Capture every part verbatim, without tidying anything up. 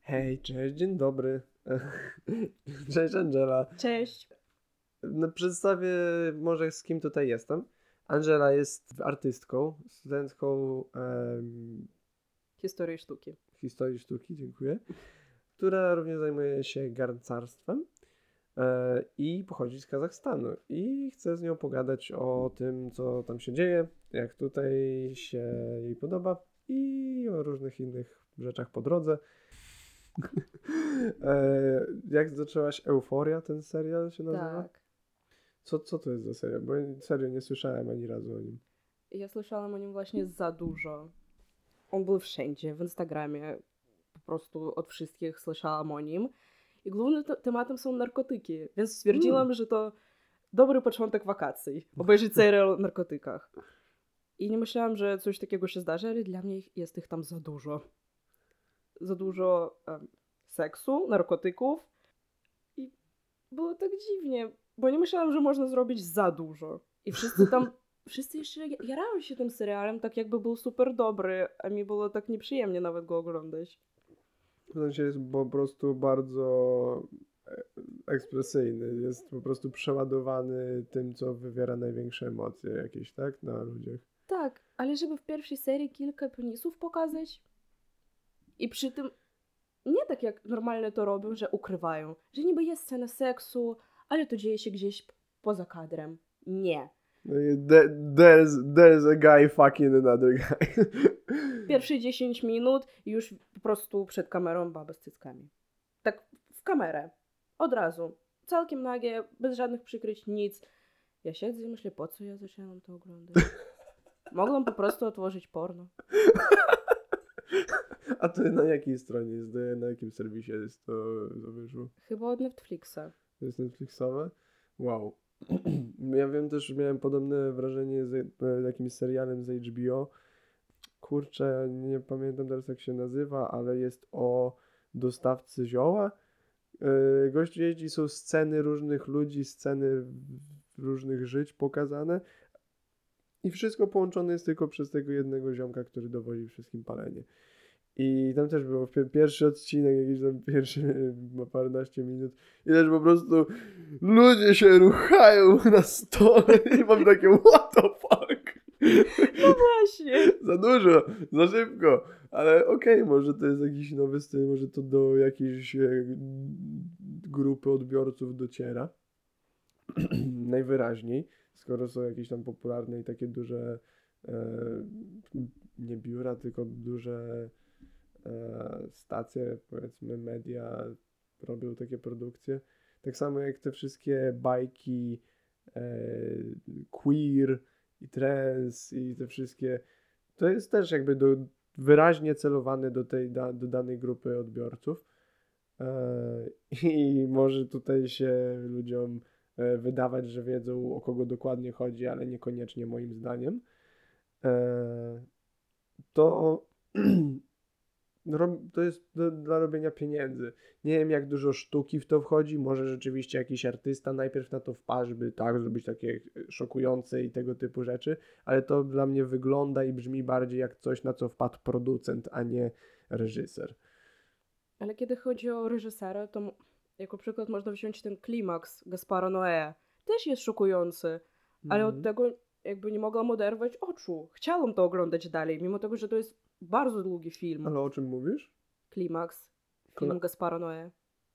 Hej, cześć, dzień dobry. Cześć Angela. Cześć. No, przedstawię może z kim tutaj jestem. Angela jest artystką, studentką em, Historii sztuki. historii sztuki, dziękuję, która również zajmuje się garncarstwem e, i pochodzi z Kazachstanu. I chcę z nią pogadać o tym, co tam się dzieje, jak tutaj się jej podoba i o różnych innych rzeczach po drodze. e, jak zaczęłaś Euforia, ten serial się nazywa? Tak. Co, co to jest za serial? Bo ja serio nie słyszałem ani razu o nim. Ja słyszałam o nim właśnie za dużo. On był wszędzie, w Instagramie. Po prostu od wszystkich słyszałam o nim. I głównym te- tematem są narkotyki, więc stwierdziłam, Mm. że to dobry początek wakacji. Obejrzeć serial o narkotykach. I nie myślałam, że coś takiego się zdarzy, ale dla mnie ich- jest ich tam za dużo. Za dużo em, seksu, narkotyków. I było tak dziwnie, bo nie myślałam, że można zrobić za dużo. I wszyscy tam, wszyscy jeszcze jarają się tym serialem, tak jakby był super dobry, a mi było tak nieprzyjemnie nawet go oglądać. W sensie jest po prostu bardzo e, ekspresyjny. Jest po prostu przeładowany tym, co wywiera największe emocje jakieś, tak? Na ludziach. Tak, ale żeby w pierwszej serii kilka penisów pokazać i przy tym nie tak jak normalnie to robią, że ukrywają, że niby jest scena seksu, ale to dzieje się gdzieś poza kadrem. Nie. No i the- there's, there's a guy fucking another guy. Pierwsze dziesięć minut i już po prostu przed kamerą baba z cyckami. Tak w kamerę. Od razu. Całkiem nagie, bez żadnych przykryć, nic. Ja siedzę i myślę, po co ja zaczęłam to oglądać? Mogłam po prostu otworzyć porno. A to na jakiej stronie jest? Na jakim serwisie jest to, to wyszło? Chyba od Netflixa. To jest Netflixowe? Wow. Ja wiem też, że miałem podobne wrażenie z e, jakimś serialem z H B O. Kurczę, nie pamiętam teraz jak się nazywa, ale jest o dostawcy zioła. Yy, Gościu jeździ, są sceny różnych ludzi, sceny w- różnych żyć pokazane i wszystko połączone jest tylko przez tego jednego ziomka, który dowozi wszystkim palenie. I tam też było pi- pierwszy odcinek, jakiś tam pierwszy ma paręnaście minut i też po prostu ludzie się ruchają na stole i mam takie what the fuck. No właśnie. Za dużo, za szybko, ale okej, może to jest jakiś nowy styl, może to do jakiejś e, grupy odbiorców dociera. Najwyraźniej, skoro są jakieś tam popularne i takie duże e, nie biura, tylko duże e, stacje, powiedzmy media robią takie produkcje. Tak samo jak te wszystkie bajki e, queer i trans i te wszystkie, to jest też jakby do, wyraźnie celowane do tej da, do danej grupy odbiorców. E, I może tutaj się ludziom e, wydawać, że wiedzą o kogo dokładnie chodzi, ale niekoniecznie moim zdaniem. E, to rob- to jest do, dla robienia pieniędzy. Nie wiem, jak dużo sztuki w to wchodzi. Może rzeczywiście jakiś artysta najpierw na to wpadł, żeby tak zrobić takie szokujące i tego typu rzeczy, ale to dla mnie wygląda i brzmi bardziej jak coś, na co wpadł producent, a nie reżyser. Ale kiedy chodzi o reżysera, to m- jako przykład można wziąć ten klimaks Gaspara Noé. Też jest szokujący, ale od Mhm. tego jakby nie mogłam oderwać oczu. Chciałam to oglądać dalej, mimo tego, że to jest bardzo długi film. Ale o czym mówisz? Klimaks. Film Kla- Gaspara Noé.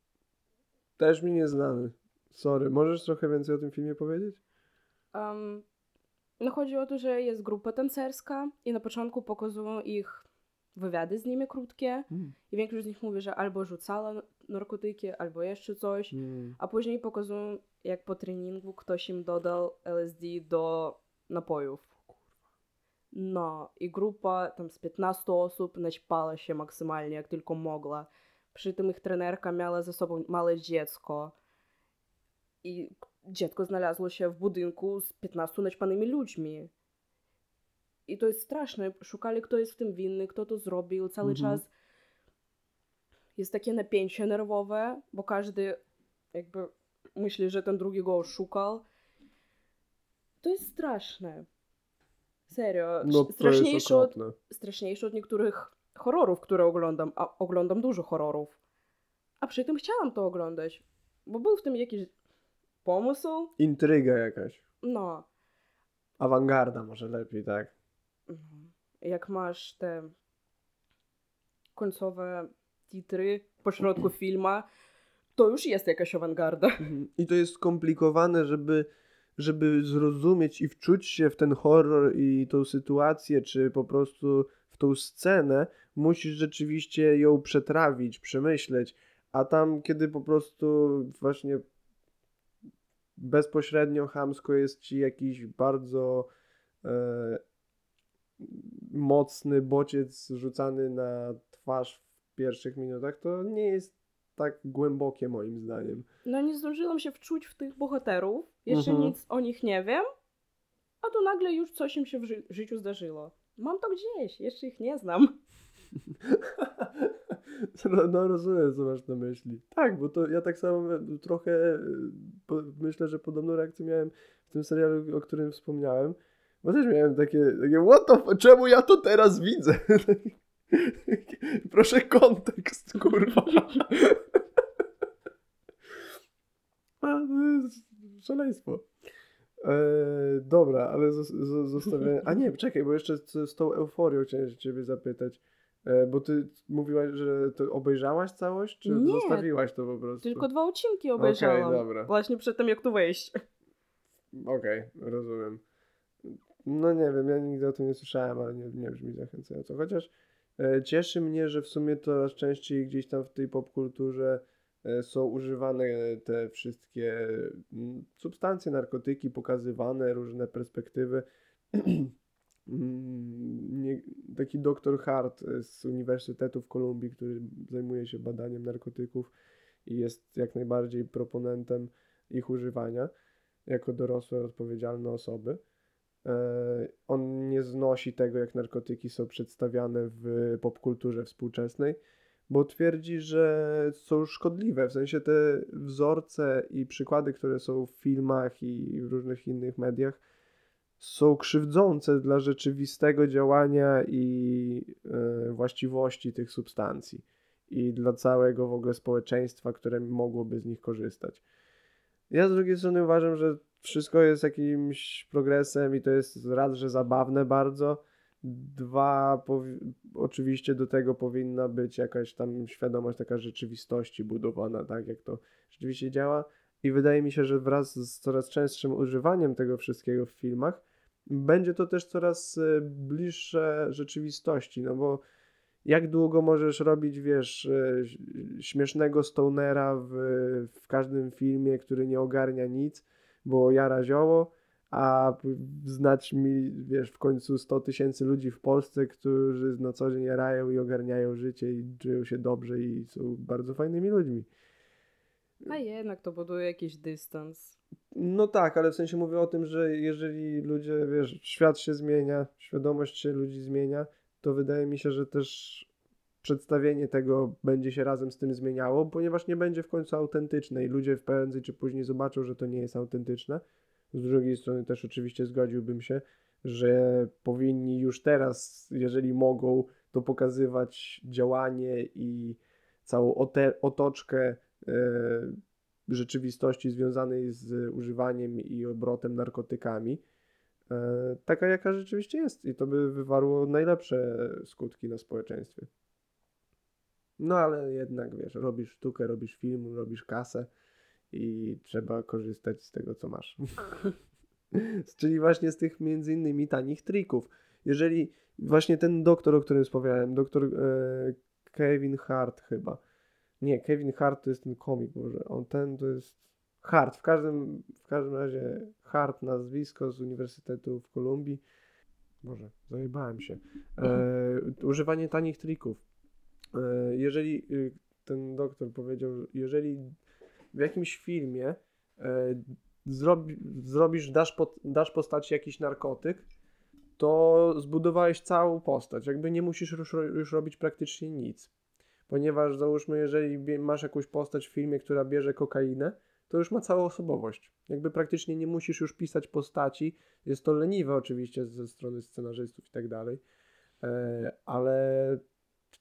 Też mi nieznany. Sorry, możesz trochę więcej o tym filmie powiedzieć? Um, no chodzi o to, że jest grupa tancerska i na początku pokazują ich wywiady z nimi krótkie Mm. i większość z nich mówi, że albo rzucała n- narkotyki, albo jeszcze coś, Mm. a później pokazują, jak po treningu ktoś im dodał L S D do napojów. No i grupa tam z piętnastu osób naćpała się maksymalnie, jak tylko mogła. Przy tym ich trenerka miała ze sobą małe dziecko. I dziecko znalazło się w budynku z piętnastoma naćpanymi ludźmi. I to jest straszne. Szukali, kto jest w tym winny, kto to zrobił. Cały Mhm. czas jest takie napięcie nerwowe, bo każdy jakby myśli, że ten drugi go oszukał. To jest straszne. Serio. No to jest Straszniejsze od, okropne. straszniejsze od niektórych horrorów, które oglądam, a oglądam dużo horrorów. A przy tym chciałam to oglądać, bo był w tym jakiś pomysł. Intryga jakaś. No, Awangarda może lepiej, tak? mhm. Jak masz te końcowe titry po środku filmu, to już jest jakaś awangarda. Mhm. I to jest skomplikowane, żeby, żeby zrozumieć i wczuć się w ten horror i tą sytuację, czy po prostu w tą scenę, musisz rzeczywiście ją przetrawić, przemyśleć. A tam, kiedy po prostu właśnie bezpośrednio chamsko jest ci jakiś bardzo e, mocny bociec rzucany na twarz w pierwszych minutach, to nie jest tak głębokie moim zdaniem. No nie zdążyłam się wczuć w tych bohaterów, jeszcze Mhm. nic o nich nie wiem, a tu nagle już coś im się w ży- życiu zdarzyło. Mam to gdzieś, jeszcze ich nie znam. No, no rozumiem, co masz na myśli. Tak, bo to ja tak samo e, trochę e, po, myślę, że podobną reakcję miałem w tym serialu, o którym wspomniałem. Bo też miałem takie, takie what the f- czemu ja to teraz widzę? Proszę kontekst, kurwa. A, to jest szaleństwo. E, dobra, ale zos- zo- zostawię. A nie, czekaj, bo jeszcze z, z tą euforią chciałem się ciebie zapytać. E, bo ty mówiłaś, że to obejrzałaś całość, czy Nie, zostawiłaś to po prostu? Tylko dwa odcinki obejrzałam. dobra. Właśnie przed tym, jak tu wejść. Okej, rozumiem. No nie wiem, ja nigdy o tym nie słyszałem, ale nie, nie brzmi zachęcająco. Chociaż e, cieszy mnie, że w sumie coraz częściej gdzieś tam w tej popkulturze e, są używane te wszystkie mm, substancje, narkotyki, pokazywane, różne perspektywy. Mm, nie, taki doktor Hart z Uniwersytetu w Kolumbii, który zajmuje się badaniem narkotyków i jest jak najbardziej proponentem ich używania jako dorosłe, odpowiedzialne osoby. E, On nie znosi tego, jak narkotyki są przedstawiane w popkulturze współczesnej, bo twierdzi, że są szkodliwe. W sensie te wzorce i przykłady, które są w filmach i w różnych innych mediach, są krzywdzące dla rzeczywistego działania i e, właściwości tych substancji i dla całego w ogóle społeczeństwa, które mogłoby z nich korzystać. Ja z drugiej strony uważam, że wszystko jest jakimś progresem i to jest raz, że zabawne bardzo, dwa, powi- oczywiście do tego powinna być jakaś tam świadomość taka rzeczywistości budowana, tak jak to rzeczywiście działa i wydaje mi się, że wraz z coraz częstszym używaniem tego wszystkiego w filmach będzie to też coraz e, bliższe rzeczywistości, no bo jak długo możesz robić, wiesz, e, śmiesznego stonera w, w każdym filmie, który nie ogarnia nic, bo jara zioło, a p- znać mi, wiesz, w końcu sto tysięcy ludzi w Polsce, którzy na co dzień jarają i ogarniają życie i czują się dobrze i są bardzo fajnymi ludźmi. A jednak to buduje jakiś dystans. No tak, ale w sensie mówię o tym, że jeżeli ludzie, wiesz, świat się zmienia, świadomość się ludzi zmienia, to wydaje mi się, że też przedstawienie tego będzie się razem z tym zmieniało, ponieważ nie będzie w końcu autentyczne i ludzie w prędzej czy później zobaczą, że to nie jest autentyczne. Z drugiej strony też oczywiście zgodziłbym się, że powinni już teraz, jeżeli mogą, to pokazywać działanie i całą ote- otoczkę e, rzeczywistości związanej z używaniem i obrotem narkotykami, e, taka jaka rzeczywiście jest i to by wywarło najlepsze skutki na społeczeństwie. No ale jednak, wiesz, robisz sztukę, robisz film, robisz kasę i trzeba korzystać z tego, co masz. Czyli właśnie z tych między innymi tanich trików. Jeżeli właśnie ten doktor, o którym wspomniałem, doktor e, Kevin Hart chyba. Nie, Kevin Hart to jest ten komik, może on ten to jest Hart. W każdym, w każdym razie Hart, nazwisko z Uniwersytetu w Kolumbii. Boże, zajebałem się. E, używanie tanich trików. E, jeżeli y, ten doktor powiedział, że jeżeli w jakimś filmie e, zrobi, zrobisz, dasz, pod, dasz postaci jakiś narkotyk, to zbudowałeś całą postać. Jakby nie musisz już, ro- już robić praktycznie nic. Ponieważ załóżmy, jeżeli bie- masz jakąś postać w filmie, która bierze kokainę, to już ma całą osobowość. Jakby praktycznie nie musisz już pisać postaci. Jest to leniwe oczywiście ze strony scenarzystów i tak dalej. E, ale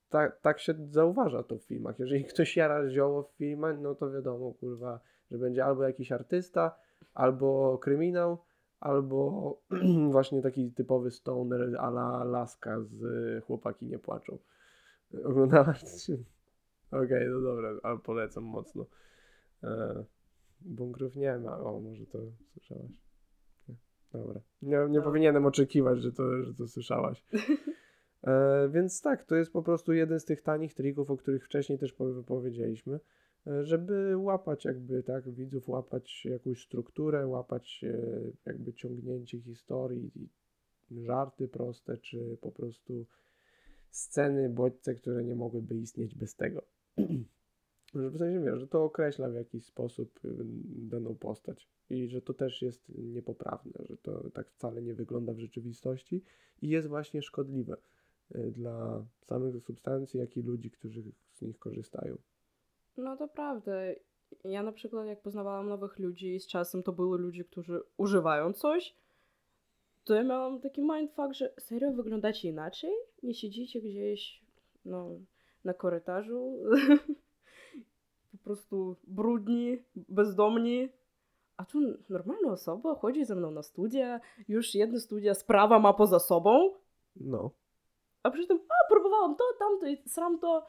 tak, tak się zauważa to w filmach. Jeżeli ktoś jara zioło w filmach, no to wiadomo, kurwa, że będzie albo jakiś artysta, albo kryminał, albo właśnie taki typowy stoner a la Laska z y, Chłopaki nie płaczą. Oglądałaś? Okej, okay, no dobra, ale polecam mocno. E, bunkrów nie ma. O, może to słyszałaś. Nie. Dobra. Nie, nie No. powinienem oczekiwać, że to, że to słyszałaś. E, więc tak, to jest po prostu jeden z tych tanich trików, o których wcześniej też powiedzieliśmy, e, żeby łapać jakby, tak, widzów, łapać jakąś strukturę, łapać e, jakby ciągnięcie historii, żarty proste, czy po prostu sceny, bodźce, które nie mogłyby istnieć bez tego. Że w sensie wiesz, że to określa w jakiś sposób y, daną postać i że to też jest niepoprawne, że to tak wcale nie wygląda w rzeczywistości i jest właśnie szkodliwe y, dla samych substancji, jak i ludzi, którzy z nich korzystają. No to prawda. Ja na przykład jak poznawałam nowych ludzi i z czasem to były ludzie, którzy używają coś, to ja miałam taki mindfuck, że serio wyglądacie inaczej? Nie siedzicie gdzieś no, na korytarzu? Po prostu brudni, bezdomni. A tu normalna osoba chodzi ze mną na studia, już jedne studia sprawa ma poza sobą, No. a przy tym, a próbowałam to, tamto i sram to.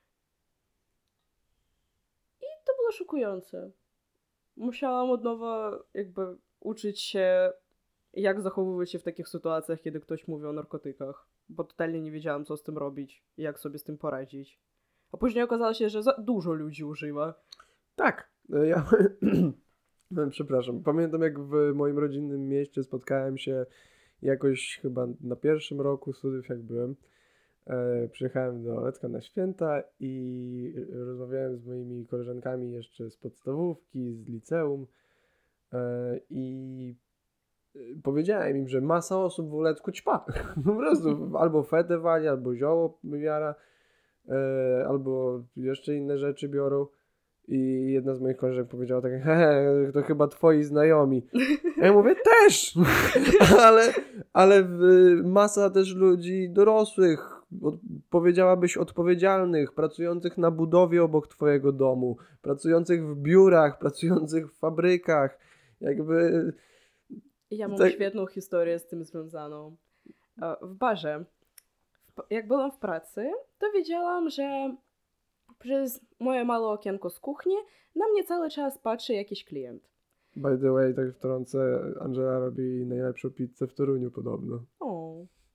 I to było szokujące. Musiałam od nowa jakby uczyć się, jak zachowywać się w takich sytuacjach, kiedy ktoś mówi o narkotykach, bo totalnie nie wiedziałam, co z tym robić i jak sobie z tym poradzić. A później okazało się, że za dużo ludzi używa. Tak. Ja... Przepraszam. Pamiętam, jak w moim rodzinnym mieście spotkałem się jakoś chyba na pierwszym roku studiów, jak byłem. E, przyjechałem do Olecka na święta i rozmawiałem z moimi koleżankami jeszcze z podstawówki, z liceum e, i powiedziałem im, że masa osób w Olecku ćpa. Po prostu albo fetę wali, albo zioło jara, e, albo jeszcze inne rzeczy biorą. I jedna z moich koleżanek powiedziała tak, hehe, to chyba twoi znajomi. A ja mówię, też! ale ale w, masa też ludzi dorosłych, od, powiedziałabyś odpowiedzialnych, pracujących na budowie obok twojego domu, pracujących w biurach, pracujących w fabrykach. Jakby... Ja mam tak... świetną historię z tym związaną. W barze, jak byłam w pracy, to wiedziałam, że przez moje małe okienko z kuchni na mnie cały czas patrzy jakiś klient. By the way, tak wtrącę, Angela robi najlepszą pizzę w Toruniu podobno. O.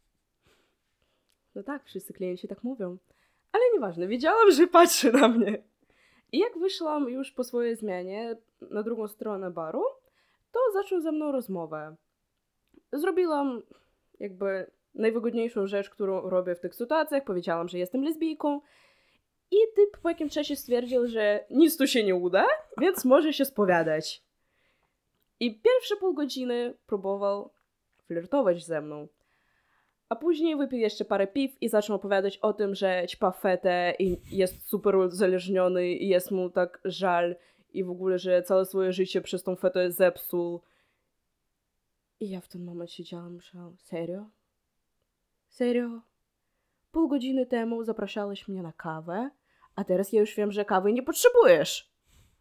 No tak, wszyscy klienci tak mówią. Ale nieważne, wiedziałam, że patrzy na mnie. I jak wyszłam już po swojej zmianie na drugą stronę baru, to zaczął ze mną rozmowę. Zrobiłam jakby najwygodniejszą rzecz, którą robię w tych sytuacjach. Powiedziałam, że jestem lesbijką. I typ po jakimś czasie stwierdził, że nic tu się nie uda, więc może się spowiadać. I pierwsze pół godziny próbował flirtować ze mną. A później wypił jeszcze parę piw i zaczął opowiadać o tym, że ćpa fetę i jest super uzależniony i jest mu tak żal i w ogóle, że całe swoje życie przez tą fetę zepsuł. I ja w ten moment siedziałam i myślałam, serio? Serio? Pół godziny temu zapraszałeś mnie na kawę, a teraz ja już wiem, że kawy nie potrzebujesz.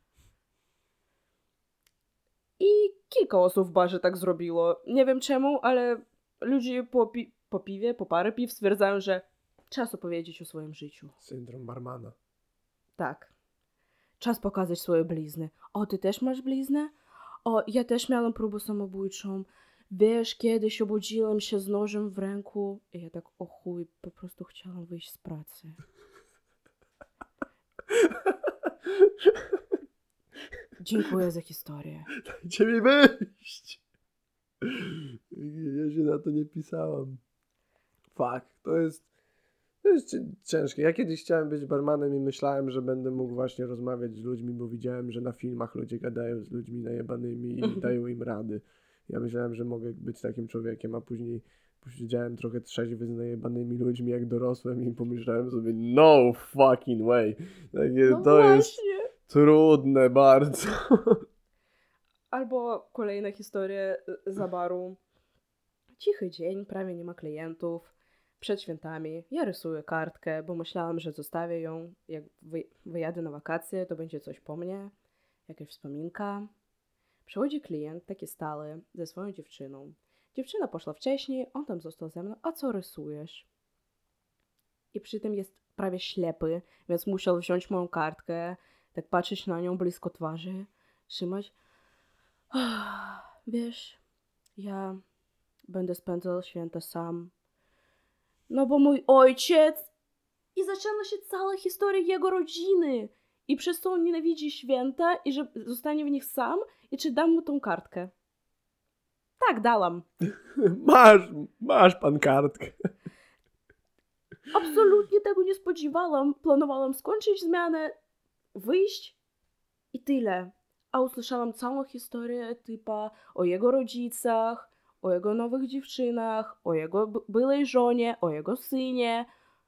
I kilka osób w barze tak zrobiło. Nie wiem czemu, ale ludzie po, pi- po piwie, po parę piw stwierdzają, że czas opowiedzieć o swoim życiu. Syndrom barmana. Tak. Czas pokazać swoje blizny. O, ty też masz bliznę? O, ja też miałam próbę samobójczą. Wiesz, kiedyś obudziłem się z nożem w ręku. I ja tak, o chuj, po prostu chciałam wyjść z pracy. Dziękuję za historię. Dajcie mi wyjść! Ja się na to nie pisałam. Fuck, to jest, to jest ciężkie. Ja kiedyś chciałem być barmanem i myślałem, że będę mógł właśnie rozmawiać z ludźmi, bo widziałem, że na filmach ludzie gadają z ludźmi najebanymi i dają im rady. Ja myślałem, że mogę być takim człowiekiem, a później posiedziałem trochę trzeźwy z najebanymi ludźmi jak dorosłem i pomyślałem sobie, no fucking way. Takie, No to właśnie. jest trudne bardzo. Albo kolejna historia za baru. Cichy dzień, prawie nie ma klientów. Przed świętami ja rysuję kartkę, bo myślałam, że zostawię ją, jak wy, wyjadę na wakacje, to będzie coś po mnie, jakaś wspominka. Przychodzi klient, taki stały, ze swoją dziewczyną. Dziewczyna poszła wcześniej, on tam został ze mną. A co rysujesz? I przy tym jest prawie ślepy, więc musiał wziąć moją kartkę, tak patrzeć na nią blisko twarzy, trzymać. Wiesz, ja będę spędzał święta sam. No bo mój ojciec... I zaczyna się cała historia jego rodziny. I przez to on nienawidzi święta i że zostanie w nich sam i czy dam mu tą kartkę. Tak, dałam. Masz, masz pan kartkę. Absolutnie tego nie spodziewałam. Planowałam skończyć zmianę, wyjść i tyle. A usłyszałam całą historię typa o jego rodzicach, o jego nowych dziewczynach, o jego b- byłej żonie, o jego synie.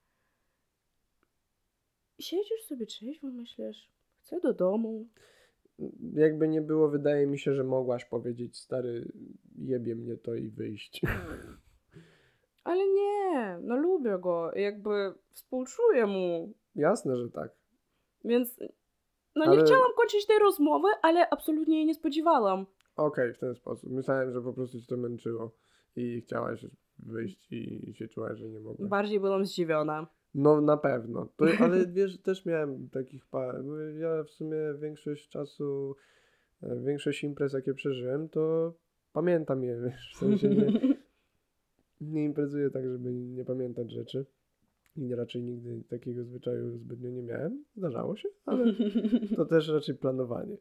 Siedzisz sobie trzeźwo, myślisz, chcę do domu. Jakby nie było, wydaje mi się, że mogłaś powiedzieć, stary, jebie mnie to i wyjść. Ale nie, no lubię go, jakby współczuję mu. Jasne, że tak. Więc no nie Ale- chciałam kończyć tej rozmowy, ale absolutnie jej nie spodziewałam. Okej, w ten sposób. Myślałem, że po prostu cię to męczyło i chciałaś wyjść i się czułaś, że nie mogłaś. Bardziej byłam zdziwiona. No na pewno. To, ale wiesz, też miałem takich parę. bo Ja w sumie większość czasu, e, większość imprez, jakie przeżyłem, to pamiętam je, wiesz, w sensie nie, nie imprezuję tak, żeby nie pamiętać rzeczy. I raczej nigdy takiego zwyczaju zbytnio nie miałem. Zdarzało się, ale to też raczej planowanie.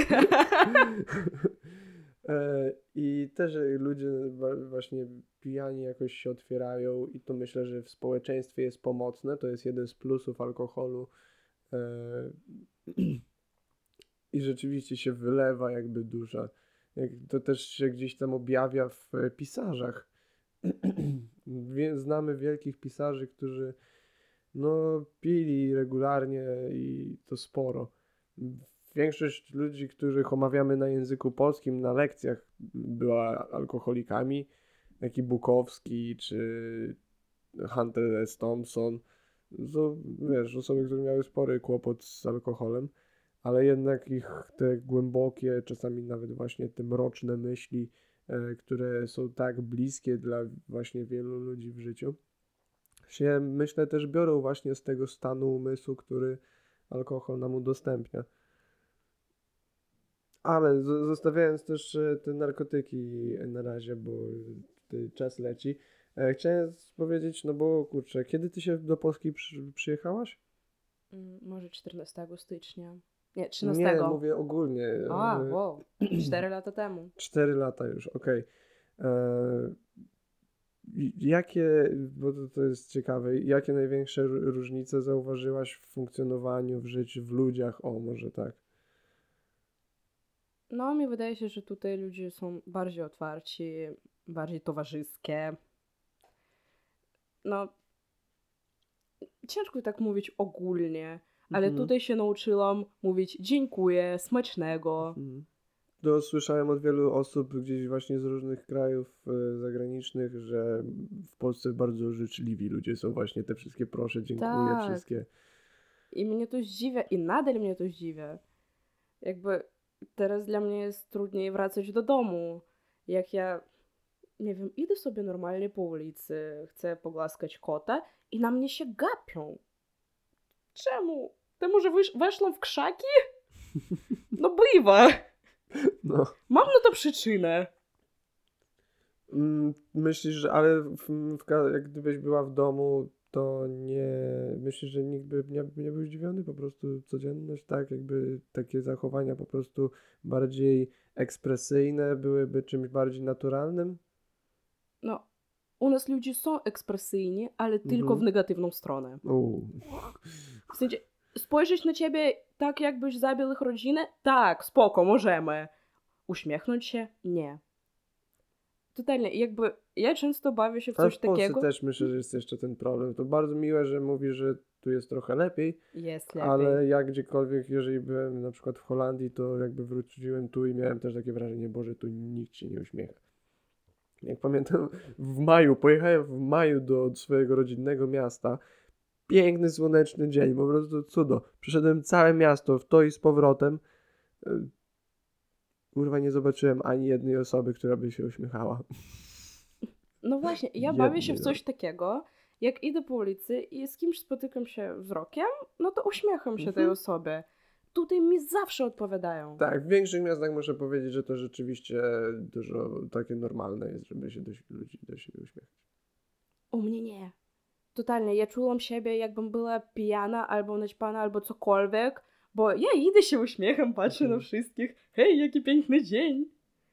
E, I też ludzie wa- właśnie pijani jakoś się otwierają i to myślę, że w społeczeństwie jest pomocne. To jest jeden z plusów alkoholu. E, I rzeczywiście się wylewa jakby dusza. Jak to też się gdzieś tam objawia w e, pisarzach. Wie- Znamy wielkich pisarzy, którzy no pili regularnie i to sporo. Większość ludzi, których omawiamy na języku polskim na lekcjach była alkoholikami, taki Bukowski czy Hunter S. Thompson. To, wiesz, osoby, które miały spory kłopot z alkoholem, ale jednak ich te głębokie, czasami nawet właśnie te mroczne myśli, e, które są tak bliskie dla właśnie wielu ludzi w życiu, się myślę też biorą właśnie z tego stanu umysłu, który alkohol nam udostępnia. Ale z- zostawiając też e, te narkotyki na razie, bo tutaj czas leci, e, chciałem powiedzieć, no bo kurczę, kiedy ty się do Polski przy, przyjechałaś? Mm, Może czternastego stycznia. Nie, Nie, trzynastego. mówię ogólnie. A, e, wow. Cztery lata temu. Cztery lata już, okej. E, i- Jakie, bo to, to jest ciekawe, jakie największe r- różnice zauważyłaś w funkcjonowaniu, w życiu, w ludziach? O, może tak. No, mi wydaje się, że tutaj ludzie są bardziej otwarci, bardziej towarzyskie. No, ciężko tak mówić ogólnie, ale Mhm. tutaj się nauczyłam mówić dziękuję, smacznego. Mhm. To słyszałem od wielu osób gdzieś właśnie z różnych krajów e, zagranicznych, że w Polsce bardzo życzliwi ludzie są właśnie te wszystkie proszę, dziękuję, Tak. wszystkie. I mnie to zdziwia, i nadal mnie to zdziwia. Jakby teraz dla mnie jest trudniej wracać do domu. Jak ja, nie wiem, idę sobie normalnie po ulicy, chcę pogłaskać kota i na mnie się gapią. Czemu? To może wysz- weszłam w krzaki? No bywa. No. Mam na to przyczynę. Mm, Myślisz, że ale w, w, ka- jak gdybyś była w domu, to nie myślisz, że nikt by nie, nie był zdziwiony? Po prostu codzienność, tak? Jakby takie zachowania po prostu bardziej ekspresyjne byłyby czymś bardziej naturalnym? No, u nas ludzie są ekspresyjni, ale tylko Mhm. w negatywną stronę. Uuu. W sensie, spojrzeć na ciebie tak, jakbyś zabił ich rodzinę? Tak, spoko, możemy. Uśmiechnąć się? Nie. Totalnie, jakby ja często bawię się w Ale coś w Polsce takiego. też myślę, że jest jeszcze ten problem. To bardzo miłe, że mówisz, że tu jest trochę lepiej, Jest lepiej. ale ja gdziekolwiek, jeżeli byłem na przykład w Holandii, to jakby wróciłem tu i miałem też takie wrażenie, Boże, tu nikt się nie uśmiecha. Jak pamiętam, w maju, pojechałem w maju do swojego rodzinnego miasta. Piękny, słoneczny dzień, po prostu cudo. Przeszedłem całe miasto w to i z powrotem. Y, Kurwa, nie zobaczyłem ani jednej osoby, która by się uśmiechała. No właśnie, ja bawię się w Jednej, coś takiego, jak idę po ulicy i z kimś spotykam się wzrokiem, no to uśmiecham się tej Mhm. osobie. Tutaj mi zawsze odpowiadają. Tak, w większych miastach muszę powiedzieć, że to rzeczywiście dużo takie normalne jest, żeby się do ludzi do siebie uśmiechać. U mnie nie. Totalnie, ja czułam siebie, jakbym była pijana, albo naćpana, albo cokolwiek, bo ja idę się uśmiecham, patrzę Mhm. na wszystkich. Hej, jaki piękny dzień.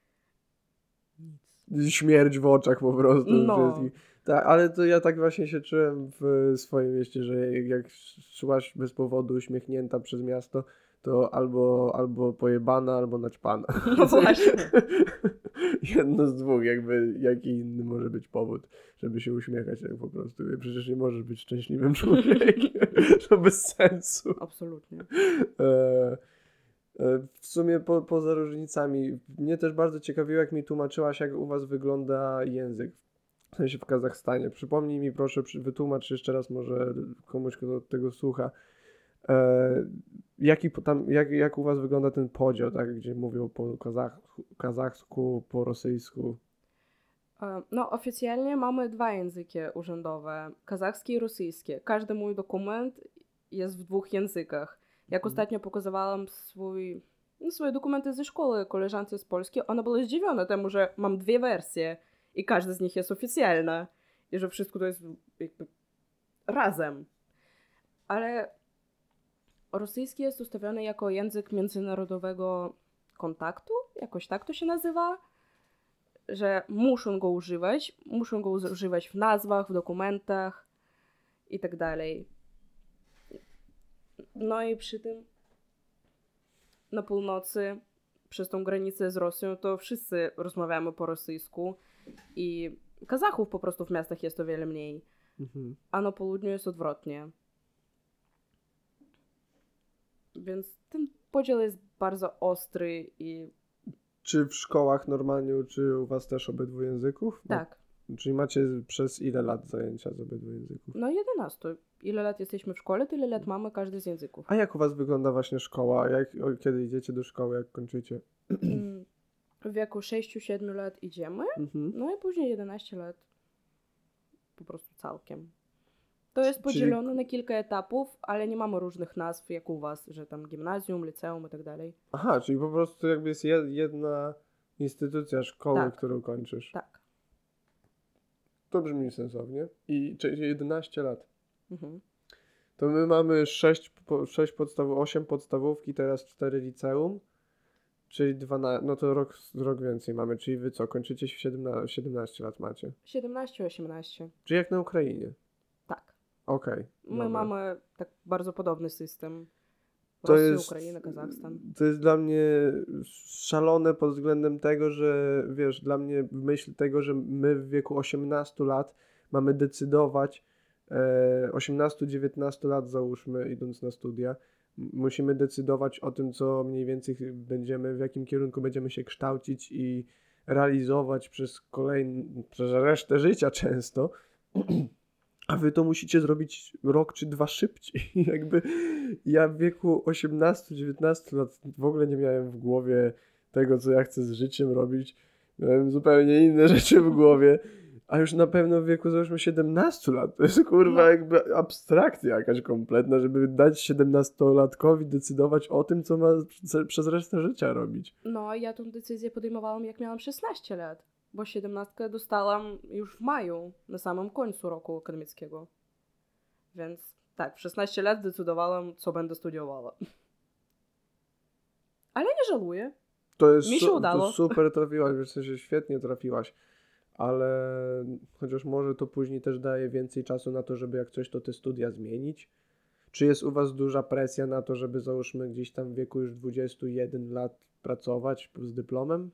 Nic. Śmierć w oczach po prostu No. wszystkich. Tak, ale to ja tak właśnie się czułem w swoim mieście, że jak, jak szłaś bez powodu uśmiechnięta przez miasto, to albo, albo pojebana, albo naćpana. No właśnie. Jedno z dwóch, jakby jaki inny może być powód, żeby się uśmiechać tak po prostu. Przecież nie możesz być szczęśliwym człowiekiem. To bez sensu. Absolutnie. E, e, w sumie po, poza różnicami, mnie też bardzo ciekawiło, jak mi tłumaczyłaś, jak u was wygląda język. W sensie w Kazachstanie. Przypomnij mi proszę, przy- wytłumacz jeszcze raz może komuś, kto tego słucha. E, jaki po- tam, jak, jak u was wygląda ten podział, tak? Gdzie mówią po kazach, kazachsku, po rosyjsku. E, No, oficjalnie mamy dwa języki urzędowe, kazachski i rosyjski. Każdy mój dokument jest w dwóch językach. Jak Mhm. ostatnio pokazywałam swój, no, swoje dokumenty ze szkoły koleżance z Polski, ona była zdziwiona temu, że mam dwie wersje i każda z nich jest oficjalna i że wszystko to jest jakby razem. Ale rosyjski jest ustawiony jako język międzynarodowego kontaktu, jakoś tak to się nazywa, że muszą go używać, muszą go używać w nazwach, w dokumentach i tak dalej. No i przy tym na północy, przez tą granicę z Rosją, to wszyscy rozmawiamy po rosyjsku i Kazachów po prostu w miastach jest o wiele mniej, Mhm. a na południu jest odwrotnie. Więc ten podział jest bardzo ostry i Czy w szkołach normalnie uczy u was też obydwu języków? No, tak, czyli macie przez ile lat zajęcia z obydwu języków? no jedenaście. Ile lat jesteśmy w szkole, tyle lat mamy każdy z języków. A jak u was wygląda właśnie szkoła? Jak, o, kiedy idziecie do szkoły, jak kończycie? Mm, W wieku sześć siedem lat idziemy, Mhm. no i później jedenaście lat po prostu całkiem. To jest Czyli- podzielone na kilka etapów, ale nie mamy różnych nazw jak u was, że tam gimnazjum, liceum i tak dalej. Aha, czyli po prostu jakby jest jed- jedna instytucja szkoły, Tak. którą kończysz. Tak. To brzmi sensownie. I czyli jedenaście lat. Mhm. To my mamy sześć, po, sześć podstaw, osiem podstawówki, teraz cztery liceum. Czyli dwanaście, no to rok, rok więcej mamy. Czyli wy co, kończycie w siedemnaście, siedemnaście lat macie. siedemnaście osiemnaście. Czyli jak na Ukrainie. Tak. Okej. My dobra. mamy tak bardzo podobny system. To Rosja, jest, Ukraina, Kazachstan. to jest dla mnie szalone pod względem tego, że wiesz, dla mnie w myśl tego, że my w wieku osiemnastu lat mamy decydować, e, osiemnaście dziewiętnaście lat załóżmy, idąc na studia, m- musimy decydować o tym, co mniej więcej będziemy, w jakim kierunku będziemy się kształcić i realizować przez kolejny, przez resztę życia często. A wy to musicie zrobić rok czy dwa szybciej. Jakby ja w wieku osiemnaście dziewiętnaście lat w ogóle nie miałem w głowie tego, co ja chcę z życiem robić. Miałem zupełnie inne rzeczy w głowie. A już na pewno w wieku załóżmy siedemnaście lat. To jest kurwa No. jakby abstrakcja jakaś kompletna, żeby dać siedemnastolatkowi decydować o tym, co ma prze- przez resztę życia robić. No, ja tą decyzję podejmowałam jak miałam szesnaście lat, bo siedemnastkę dostałam już w maju, na samym końcu roku akademickiego. Więc tak, w szesnaście lat zdecydowałam, co będę studiowała. Ale nie żałuję. To jest Mi się su- udało. To super trafiłaś, w sensie świetnie trafiłaś, ale chociaż może to później też daje więcej czasu na to, żeby jak coś to te studia zmienić. Czy jest u was duża presja na to, żeby załóżmy gdzieś tam w wieku już dwudziestu jeden lat pracować z dyplomem?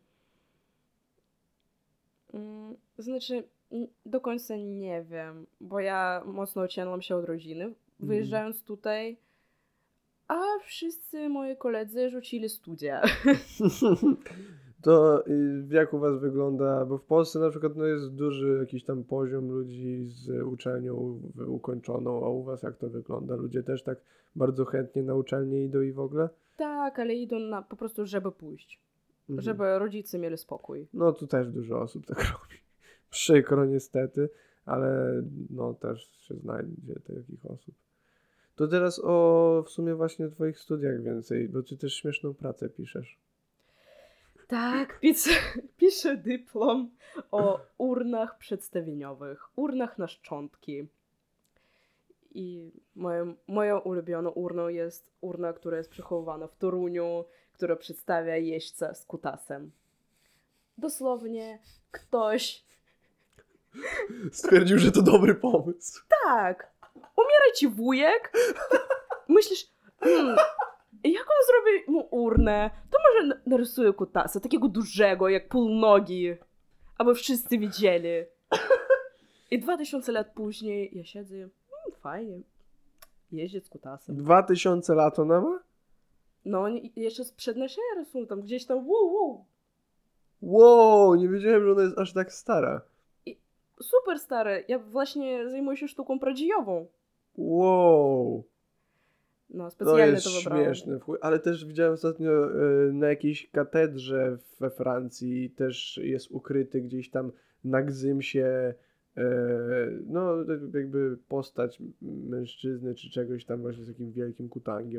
Mm, Znaczy, n- do końca nie wiem, bo ja mocno odcięłam się od rodziny, wyjeżdżając tutaj, a wszyscy moi koledzy rzucili studia. To y, jak u was wygląda, bo w Polsce na przykład no jest duży jakiś tam poziom ludzi z uczelnią w- ukończoną, a u was jak to wygląda? Ludzie też tak bardzo chętnie na uczelnię idą i w ogóle? Tak, ale idą na, po prostu, żeby pójść. Mhm. Żeby rodzice mieli spokój. No tu też dużo osób tak robi. Przykro niestety, ale no też się znajdzie takich osób. To teraz o w sumie właśnie twoich studiach więcej, bo ty też śmieszną pracę piszesz. Tak, piszę, piszę dyplom o urnach przedstawieniowych, urnach na szczątki. I moją, moją ulubioną urną jest urna, która jest przechowywana w Toruniu, która przedstawia jeźdźca z kutasem. Dosłownie ktoś, Stwierdził, że to dobry pomysł. tak, umiera ci wujek, myślisz, hmm, jak on zrobi mu urnę, to może n- narysuje kutasa, takiego dużego, jak półnogi, aby wszyscy widzieli. I dwa tysiące lat później ja siedzę, hmm, fajnie, jeździec z kutasem. Dwa tysiące lat ona ma? No, oni jeszcze sprzed naszej ery są tam, gdzieś tam, wow, wow. Wow, nie wiedziałem, że ona jest aż tak stara. Super stare, ja właśnie zajmuję się sztuką pradziejową. Wow, No, to specjalnie jest to, wybrałam. śmieszne. w chuj. Ale też widziałem ostatnio e, na jakiejś katedrze we Francji też jest ukryty gdzieś tam na Gzymsie e, no jakby postać mężczyzny czy czegoś tam właśnie z takim wielkim kutangiem.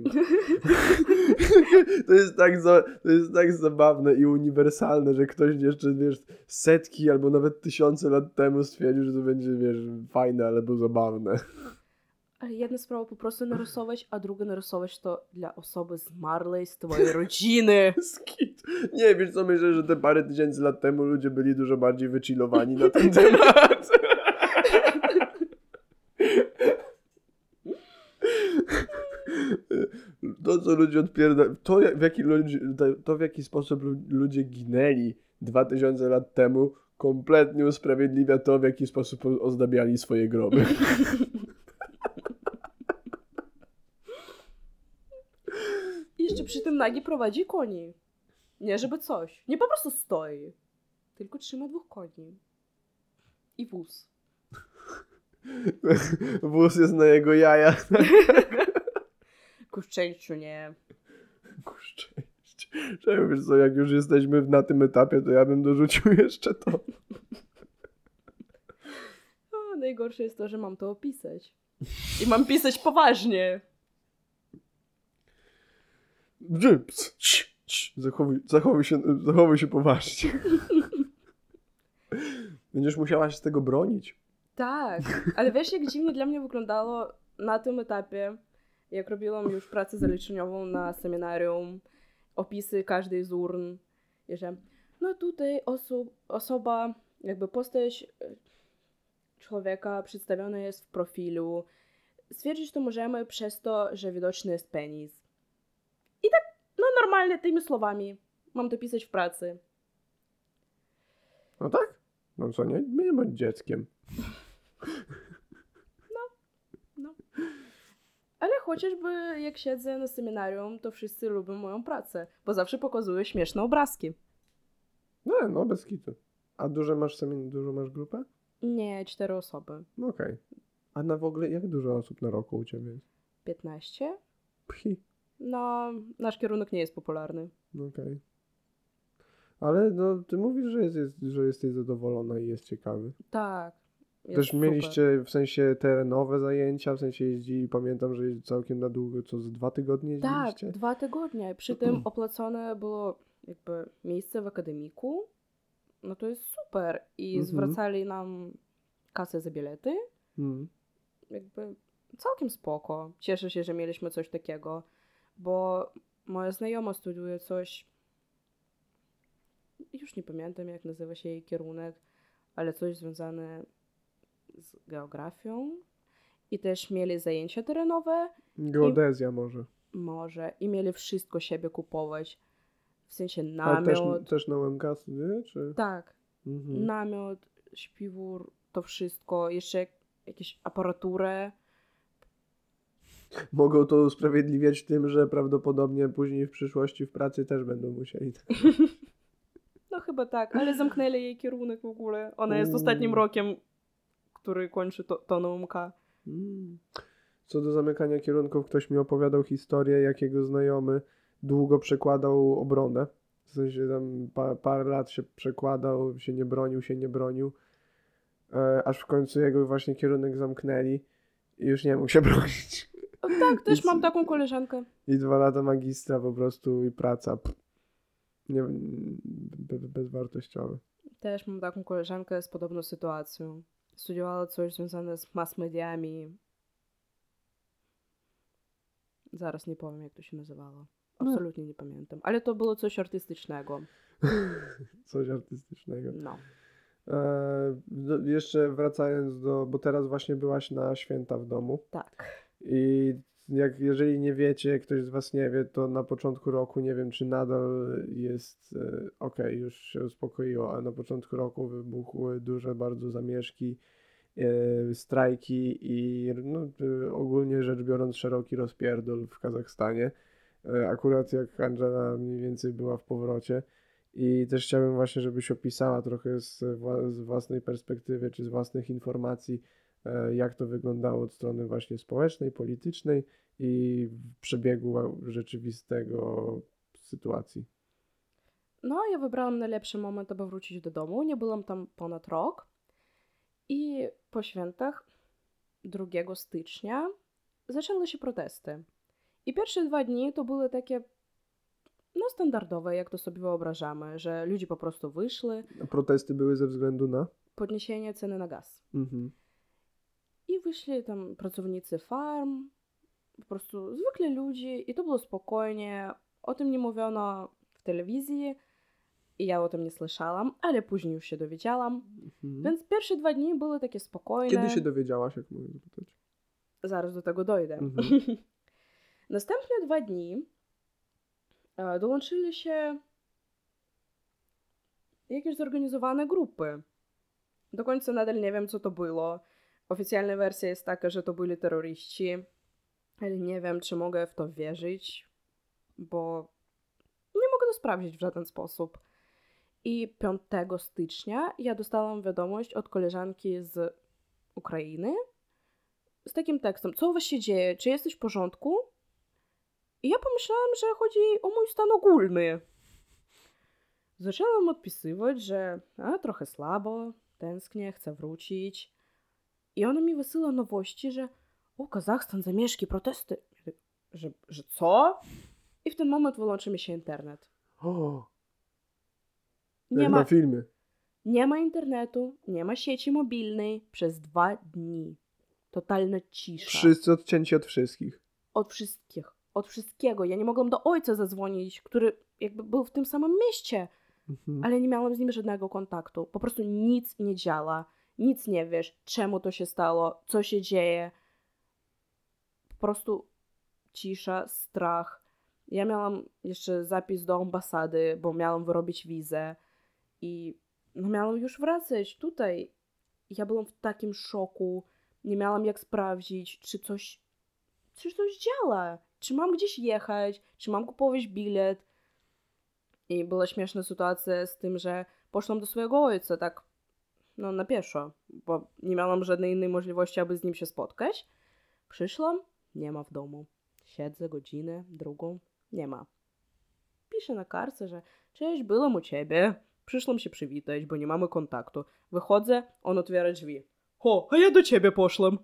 To jest tak za, to jest tak zabawne i uniwersalne, że ktoś jeszcze, wiesz, setki albo nawet tysiące lat temu stwierdził, że to będzie, wiesz, fajne albo zabawne. Ale jedna sprawa po prostu narysować, a druga narysować to dla osoby zmarłej z twojej rodziny. Skit. Nie, wiesz co, myślę, że te parę tysięcy lat temu ludzie byli dużo bardziej wychillowani na ten temat. To, co ludzie odpierdają, to jak- w jaki, ludzi- to w jaki sposób lu- ludzie ginęli dwa tysiące lat temu, kompletnie usprawiedliwia to, w jaki sposób o- ozdabiali swoje groby. I jeszcze przy tym nagi prowadzi koni. Nie żeby coś. Nie po prostu stoi. Tylko trzyma dwóch koni. I wóz. Wóz jest na jego jajach. Ku szczęściu nie. Ku szczęściu. Czemu, wiesz co, jak już jesteśmy na tym etapie, to ja bym dorzucił jeszcze to. A, najgorsze jest to, że mam to opisać. I mam pisać poważnie. Ps, cii, cii. Zachowuj, zachowuj, się, zachowuj się poważnie. Będziesz musiała się z tego bronić. Tak, ale wiesz, jak dziwnie dla mnie wyglądało na tym etapie, jak robiłam już pracę zaliczeniową na seminarium, opisy każdej z urn, i że no tutaj oso- osoba, jakby postać e, człowieka przedstawiona jest w profilu. Stwierdzić to możemy przez to, że widoczny jest penis. I tak, no normalnie tymi słowami mam to pisać w pracy. No tak? No co, nie, nie bądź dzieckiem. No. Ale chociażby jak siedzę na seminarium, to wszyscy lubią moją pracę, bo zawsze pokazuję śmieszne obrazki. No, no bez kitu. A duże masz semin, dużo masz grupę? Nie, cztery osoby. No okej. A na w ogóle jak dużo osób na roku u ciebie jest? piętnaście? Pchi. No, nasz kierunek nie jest popularny. No okej. Ale no, ty mówisz, że, jest, jest, że jesteś zadowolona i jest ciekawy. Tak. Jest Też super. mieliście w sensie terenowe zajęcia, w sensie jeździli, pamiętam, że całkiem na długo, co z dwa tygodnie Tak, jeździliście? dwa tygodnie. Przy tym opłacone było jakby miejsce w akademiku. No to jest super. I Mhm. zwracali nam kasę za bilety. Hmm. Jakby całkiem spoko. Cieszę się, że mieliśmy coś takiego, bo moja znajoma studiuje coś, już nie pamiętam jak nazywa się jej kierunek, ale coś związane z geografią i też mieli zajęcia terenowe, Geodezja może. może, i mieli wszystko siebie kupować, w sensie Ale też, namiot, też na U M K studiuje, czy? tak, Mhm. namiot, śpiwór, to wszystko, jeszcze jakieś aparaturę. Mogą to usprawiedliwiać tym, że prawdopodobnie później w przyszłości w pracy też będą musieli. chyba tak, ale zamknęli jej kierunek w ogóle. Ona jest ostatnim rokiem, który kończy to, to N U M K. Mm. Co do zamykania kierunków, ktoś mi opowiadał historię, jak jego znajomy długo przekładał obronę. W sensie tam pa, parę lat się przekładał, się nie bronił, się nie bronił. E, aż w końcu jego właśnie kierunek zamknęli i już nie mógł się bronić. O, tak, też I, mam taką koleżankę. I dwa lata magistra po prostu i praca. Pff. Nie, be, bezwartościowe. Też mam taką koleżankę z podobną sytuacją. Studiowała coś związane z mass mediami. Zaraz nie powiem, jak to się nazywało. Absolutnie nie pamiętam. Ale to było coś artystycznego. Coś artystycznego. No. E, no, jeszcze wracając do, bo teraz właśnie byłaś na święta w domu. Tak. I jak, jeżeli nie wiecie, ktoś z was nie wie, to na początku roku, nie wiem czy nadal jest, e, okej, okay, już się uspokoiło, ale na początku roku wybuchły duże bardzo zamieszki, e, strajki i no, e, ogólnie rzecz biorąc szeroki rozpierdol w Kazachstanie. E, akurat jak Angela mniej więcej była w powrocie. I też chciałbym właśnie, żebyś opisała trochę z, wła- z własnej perspektywy, czy z własnych informacji, e, jak to wyglądało od strony właśnie społecznej, politycznej i w przebiegu rzeczywistego sytuacji. No, ja wybrałam najlepszy moment, aby wrócić do domu. Nie byłam tam ponad rok. I po świętach drugiego stycznia zaczęły się protesty. I pierwsze dwa dni to były takie no standardowe, jak to sobie wyobrażamy, że ludzie po prostu wyszli. A protesty były ze względu na? Podniesienie ceny na gaz. Mhm. I wyszli tam pracownicy farm, po prostu zwykli ludzie i to było spokojnie. O tym nie mówiono w telewizji i ja o tym nie słyszałam, ale później już się dowiedziałam. Mhm. Więc pierwsze dwa dni były takie spokojne. Kiedy się dowiedziałaś, jak mogę zapytać? Zaraz do tego dojdę. Mhm. Następne dwa dni e, dołączyli się jakieś zorganizowane grupy. Do końca nadal nie wiem, co to było. Oficjalna wersja jest taka, że to byli terroryści, ale nie wiem, czy mogę w to wierzyć, bo nie mogę to sprawdzić w żaden sposób. I piątego stycznia ja dostałam wiadomość od koleżanki z Ukrainy z takim tekstem: co u was się dzieje? Czy jesteś w porządku? I ja pomyślałam, że chodzi o mój stan ogólny. Zaczęłam odpisywać, że a, trochę słabo, tęsknię, chcę wrócić. I ona mi wysyła nowości, że o, Kazachstan, zamieszki, protesty. Że, że co? I w ten moment wyłączy mi się internet. O, Nie jak ma, na filmie. nie ma internetu, nie ma sieci mobilnej przez dwa dni. Totalna cisza. Wszyscy odcięci od wszystkich. Od wszystkich. Od wszystkiego. Ja nie mogłam do ojca zadzwonić, który jakby był w tym samym mieście, Mhm. ale nie miałam z nim żadnego kontaktu. Po prostu nic nie działa. Nic nie wiesz, czemu to się stało, co się dzieje. Po prostu cisza, strach. Ja miałam jeszcze zapis do ambasady, bo miałam wyrobić wizę i no miałam już wracać tutaj. Ja byłam w takim szoku. Nie miałam jak sprawdzić, czy coś, czy coś działa. Czy mam gdzieś jechać, czy mam kupować bilet. I była śmieszna sytuacja z tym, że poszłam do swojego ojca tak no na pieszo, bo nie miałam żadnej innej możliwości, aby z nim się spotkać. Przyszłam, nie ma w domu. Siedzę godzinę, drugą, nie ma. Piszę na kartce, że cześć, byłam u ciebie. Przyszłam się przywitać, bo nie mamy kontaktu. Wychodzę, on otwiera drzwi. O, a ja do ciebie poszłam.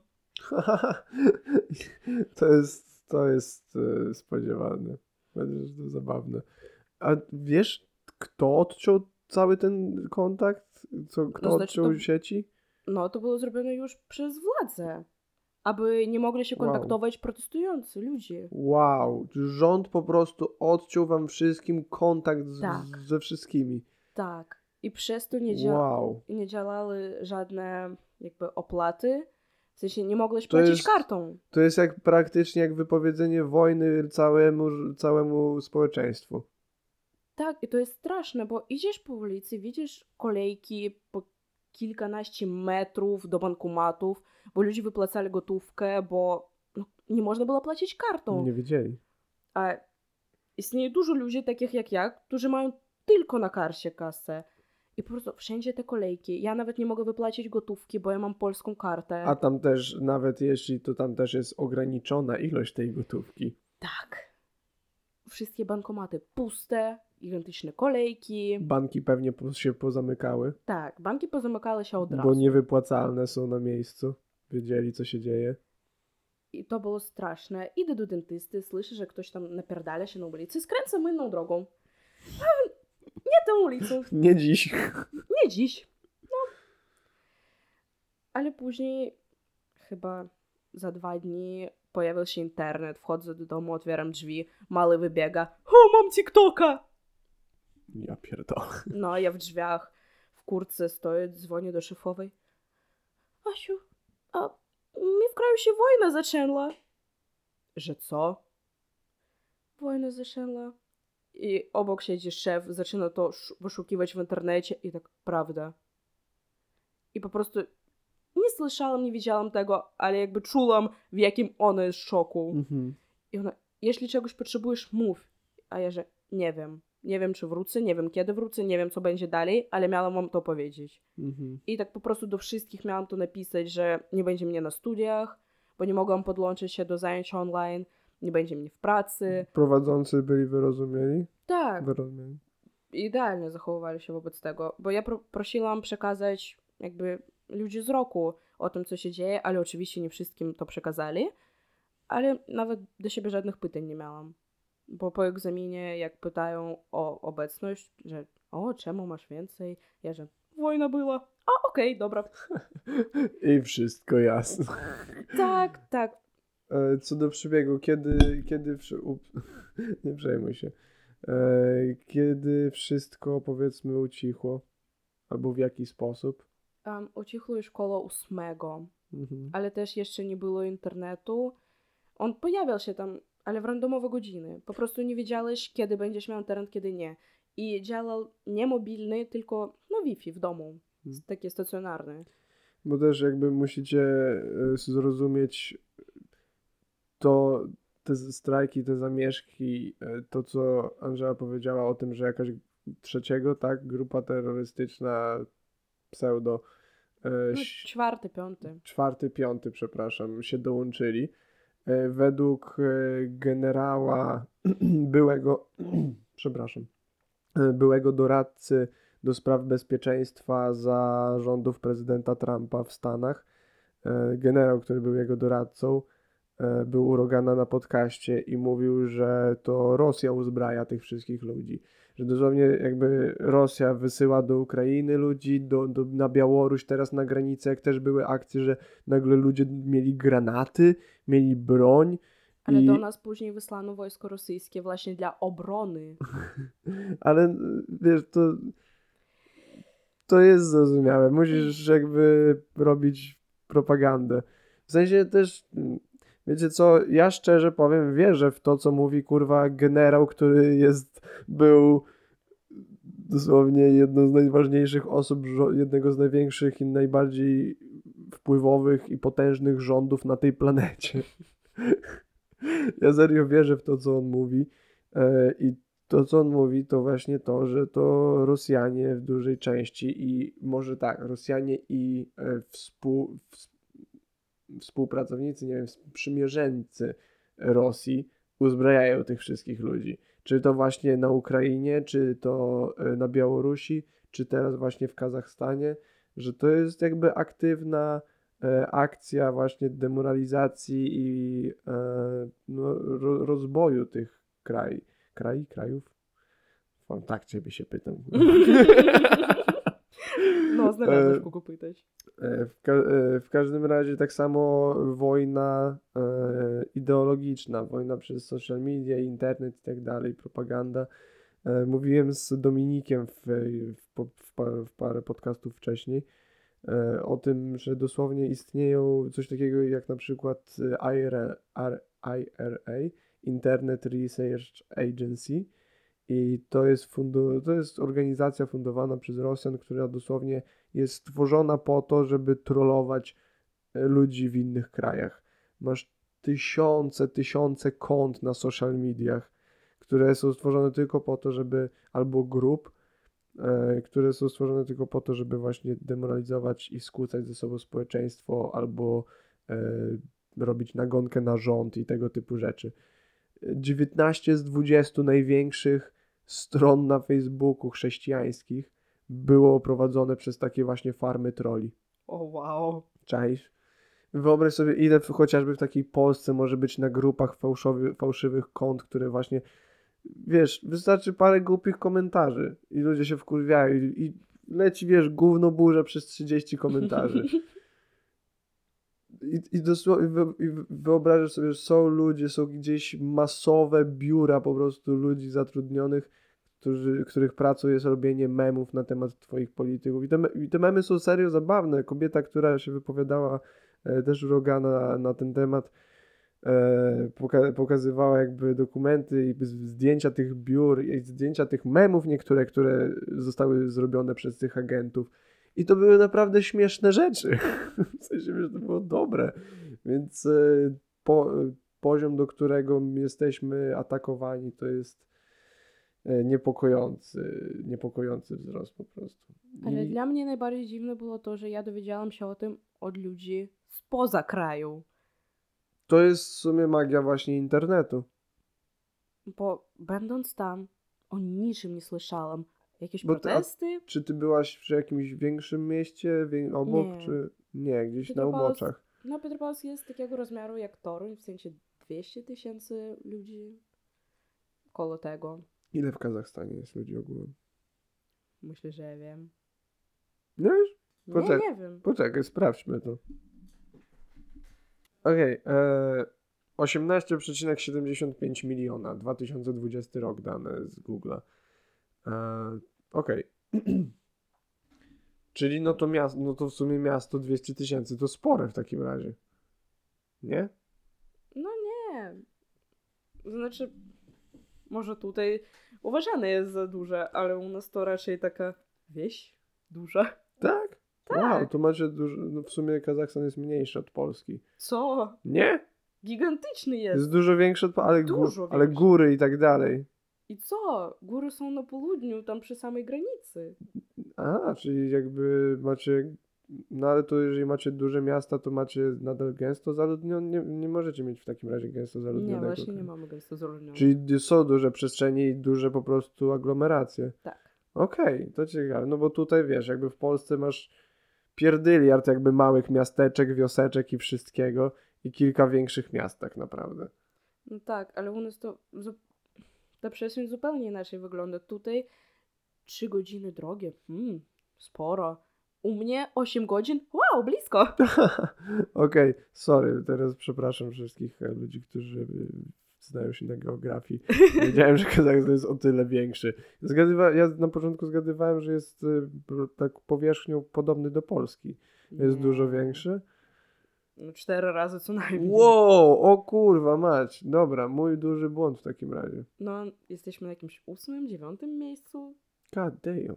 To jest, to jest e, spodziewane. Będzie, że to zabawne. A wiesz, kto odciął cały ten kontakt? Co, kto No, znaczy odciął to- sieci? No, to było zrobione już przez władzę, aby nie mogli się Wow. kontaktować protestujący ludzie. Wow, rząd po prostu odciął wam wszystkim kontakt z, Tak. ze wszystkimi. Tak. I przez to nie, dzia- Wow. nie działały żadne jakby opłaty. W sensie nie mogłeś To płacić jest- kartą. To jest jak praktycznie jak wypowiedzenie wojny całemu, całemu społeczeństwu. Tak, i to jest straszne, bo idziesz po ulicy, widzisz kolejki po kilkanaście metrów do bankomatów, bo ludzie wypłacali gotówkę, bo no, nie można było płacić kartą. Nie wiedzieli. A istnieje dużo ludzi, takich jak ja, którzy mają tylko na karcie kasę. I po prostu wszędzie te kolejki. Ja nawet nie mogę wypłacić gotówki, bo ja mam polską kartę. A tam też, nawet jeśli, to tam też jest ograniczona ilość tej gotówki. Tak. Wszystkie bankomaty puste, gigantyczne kolejki. Banki pewnie po, się pozamykały, Tak, banki pozamykały się od razu. bo niewypłacalne są na miejscu. Wiedzieli, co się dzieje. I to było straszne. Idę do dentysty, słyszę, że ktoś tam napierdala się na ulicy, skręcam inną drogą. A, nie tą ulicą. Nie dziś. Nie dziś. No. Ale później, chyba za dwa dni, pojawił się internet. Wchodzę do domu, otwieram drzwi, mały wybiega. O, mam TikToka! Ja pierdolę. No, a ja w drzwiach, w kurtce stoję, dzwonię do szefowej. Asiu, a mi w kraju się wojna zaczęła. Że co? Wojna zaczęła. I obok siedzi szef, zaczyna to sz- wyszukiwać w internecie i tak, prawda. I po prostu nie słyszałam, nie widziałam tego, ale jakby czułam, w jakim ona jest szoku. Mhm. I ona, jeśli czegoś potrzebujesz, mów. A ja, że nie wiem. Nie wiem, czy wrócę, nie wiem, kiedy wrócę, nie wiem, co będzie dalej, ale miałam wam to powiedzieć. Mhm. I tak po prostu do wszystkich miałam to napisać, że nie będzie mnie na studiach, bo nie mogłam podłączyć się do zajęć online, nie będzie mnie w pracy. Prowadzący byli wyrozumieli? Tak, Wyrozumieli. idealnie zachowywali się wobec tego, bo ja pro- prosiłam przekazać jakby ludzi z roku o tym, co się dzieje, ale oczywiście nie wszystkim to przekazali, ale nawet do siebie żadnych pytań nie miałam. Bo po egzaminie, jak pytają o obecność, że o, czemu masz więcej? Ja, że wojna była. A, okej, dobra. I wszystko jasne. Tak, tak. E, Co do przebiegu, kiedy, kiedy wszy... Ups. Nie przejmuj się. E, Kiedy wszystko, powiedzmy, ucichło? Albo w jaki sposób? Um, ucichło już koło ósmego, Mhm. ale też jeszcze nie było internetu. On pojawiał się tam, ale w randomowe godziny. Po prostu nie wiedziałeś, kiedy będziesz miał internet, kiedy nie. I działał nie mobilny, tylko no Wi-Fi w domu. Mhm. Taki stacjonarny. Bo też jakby musicie e, zrozumieć to, te strajki, te zamieszki, e, to co Angela powiedziała o tym, że jakaś trzeciego, tak, grupa terrorystyczna pseudo e, No, ś- czwarty, piąty. czwarty, piąty, przepraszam, się dołączyli. E, Według e, generała byłego, przepraszam, e, byłego doradcy do spraw bezpieczeństwa za rządów prezydenta Trumpa w Stanach, e, generał, który był jego doradcą, e, był u Rogana na podcaście i mówił, że to Rosja uzbraja tych wszystkich ludzi. Że dosłownie jakby Rosja wysyła do Ukrainy ludzi, do, do, na Białoruś, teraz na granicę, jak też były akcje, że nagle ludzie mieli granaty, mieli broń. Ale i... do nas później wysłano wojsko rosyjskie właśnie dla obrony. Ale wiesz, to to jest zrozumiałe. Musisz jakby robić propagandę. W sensie też, wiecie co, ja szczerze powiem, wierzę w to, co mówi kurwa generał, który jest, był dosłownie jedną z najważniejszych osób, żo- jednego z największych i najbardziej wpływowych i potężnych rządów na tej planecie. Ja serio wierzę w to, co on mówi. E, I to, co on mówi, to właśnie to, że to Rosjanie w dużej części i może tak, Rosjanie i e, współ, ws, współpracownicy, nie wiem, sprzymierzeńcy Rosji uzbrajają tych wszystkich ludzi. Czy to właśnie na Ukrainie, czy to e, na Białorusi, czy teraz właśnie w Kazachstanie, że to jest jakby aktywna e, akcja właśnie demoralizacji i e, no, ro, rozboju tych kraj, kraj, krajów. O, tak ciebie się pytam. No, znalazłeś E, kogo pytać. E, W, ka- e, w każdym razie tak samo wojna e, ideologiczna, wojna przez social media, internet i tak dalej, propaganda. E, mówiłem z Dominikiem w, w, po- w, pa- w parę podcastów wcześniej e, o tym, że dosłownie istnieją coś takiego jak na przykład I R A, I R A, Internet Research Agency. I to jest, fundu- to jest organizacja fundowana przez Rosjan, która dosłownie jest stworzona po to, żeby trollować e, ludzi w innych krajach. Masz tysiące, tysiące kont na social mediach, które są stworzone tylko po to, żeby, albo grup, e, które są stworzone tylko po to, żeby właśnie demoralizować i skłócać ze sobą społeczeństwo albo e, robić nagonkę na rząd i tego typu rzeczy. dziewiętnaście z dwudziestu największych stron na Facebooku chrześcijańskich było prowadzone przez takie właśnie farmy troli. O wow. Czaisz? Wyobraź sobie, ile w, chociażby w takiej Polsce może być na grupach fałszowy, fałszywych kont, które właśnie, wiesz, wystarczy parę głupich komentarzy i ludzie się wkurwiają i, i leci, wiesz, gówno burza przez trzydzieści komentarzy. I, i dosłownie wy, i wyobrażasz sobie, że są ludzie, są gdzieś masowe biura po prostu ludzi zatrudnionych, którzy, których pracą jest robienie memów na temat twoich polityków. I te, i te memy są serio zabawne. Kobieta, która się wypowiadała e, też u Rogana na ten temat, e, poka- pokazywała jakby dokumenty i z- zdjęcia tych biur i zdjęcia tych memów niektóre, które zostały zrobione przez tych agentów. I to były naprawdę śmieszne rzeczy. W sensie, że to było dobre. Więc e, po, poziom, do którego jesteśmy atakowani, to jest e, niepokojący, niepokojący wzrost po prostu. Ale I dla mnie najbardziej dziwne było to, że ja dowiedziałam się o tym od ludzi spoza kraju. to jest w sumie magia właśnie internetu. Bo będąc tam, o niczym nie słyszałam. Jakieś Bo ty- a- protesty? Czy ty byłaś przy jakimś większym mieście wię- obok, Nie. czy nie, gdzieś na Petropauls- uboczach? No, Petropauls jest takiego rozmiaru jak Toruń, w sensie dwieście tysięcy ludzi. Koło tego. Ile w Kazachstanie jest ludzi ogółem? Myślę, że ja wiem. Nie wiesz? Nie, Poczekaj. nie wiem. Poczekaj, sprawdźmy to. Okej, e, osiemnaście przecinek siedemdziesiąt pięć miliona, dwa tysiące dwudziesty rok dane z Google'a. E, Okej. Czyli no to miasto, no to w sumie miasto dwieście tysięcy, to spore w takim razie. Nie? No nie. Znaczy, może tutaj uważane jest za duże, ale u nas to raczej taka wieś duża. Tak? Tak. Wow, to macie dużo, no w sumie Kazachstan jest mniejszy od Polski. Co? Nie? Gigantyczny Jest jest. dużo większy od, ale, gó- Dużo ale większy. góry i tak dalej. I co? Góry są na południu, tam przy samej granicy. A, czyli jakby macie, no ale to jeżeli macie duże miasta, to macie nadal gęsto zaludnione, nie, nie możecie mieć w takim razie gęsto Nie, zaludnionego właśnie nie kraju. mamy gęsto zaludnionego. Czyli są duże przestrzenie i duże po prostu aglomeracje. Tak. Okej, to ciekawe, no bo tutaj wiesz, jakby w Polsce masz pierdyliard jakby małych miasteczek, wioseczek i wszystkiego i kilka większych miast tak naprawdę. No tak, ale u nas to zu- ta przestrzeń zupełnie inaczej wygląda. Tutaj trzy godziny drogi. Hmm, sporo. U mnie osiem godzin. Wow, blisko. Okej, sorry, teraz przepraszam wszystkich e, ludzi, którzy e, znają się na geografii. Wiedziałem, że Kazachstan jest o tyle większy. Zgadywa- ja na początku zgadywałem, że jest e, p- tak powierzchnią podobny do Polski. Jest Nie. dużo większy. No cztery razy co najmniej. Wow, o kurwa mać. Dobra, mój duży błąd w takim razie. No, jesteśmy na jakimś ósmym, dziewiątym miejscu. God damn.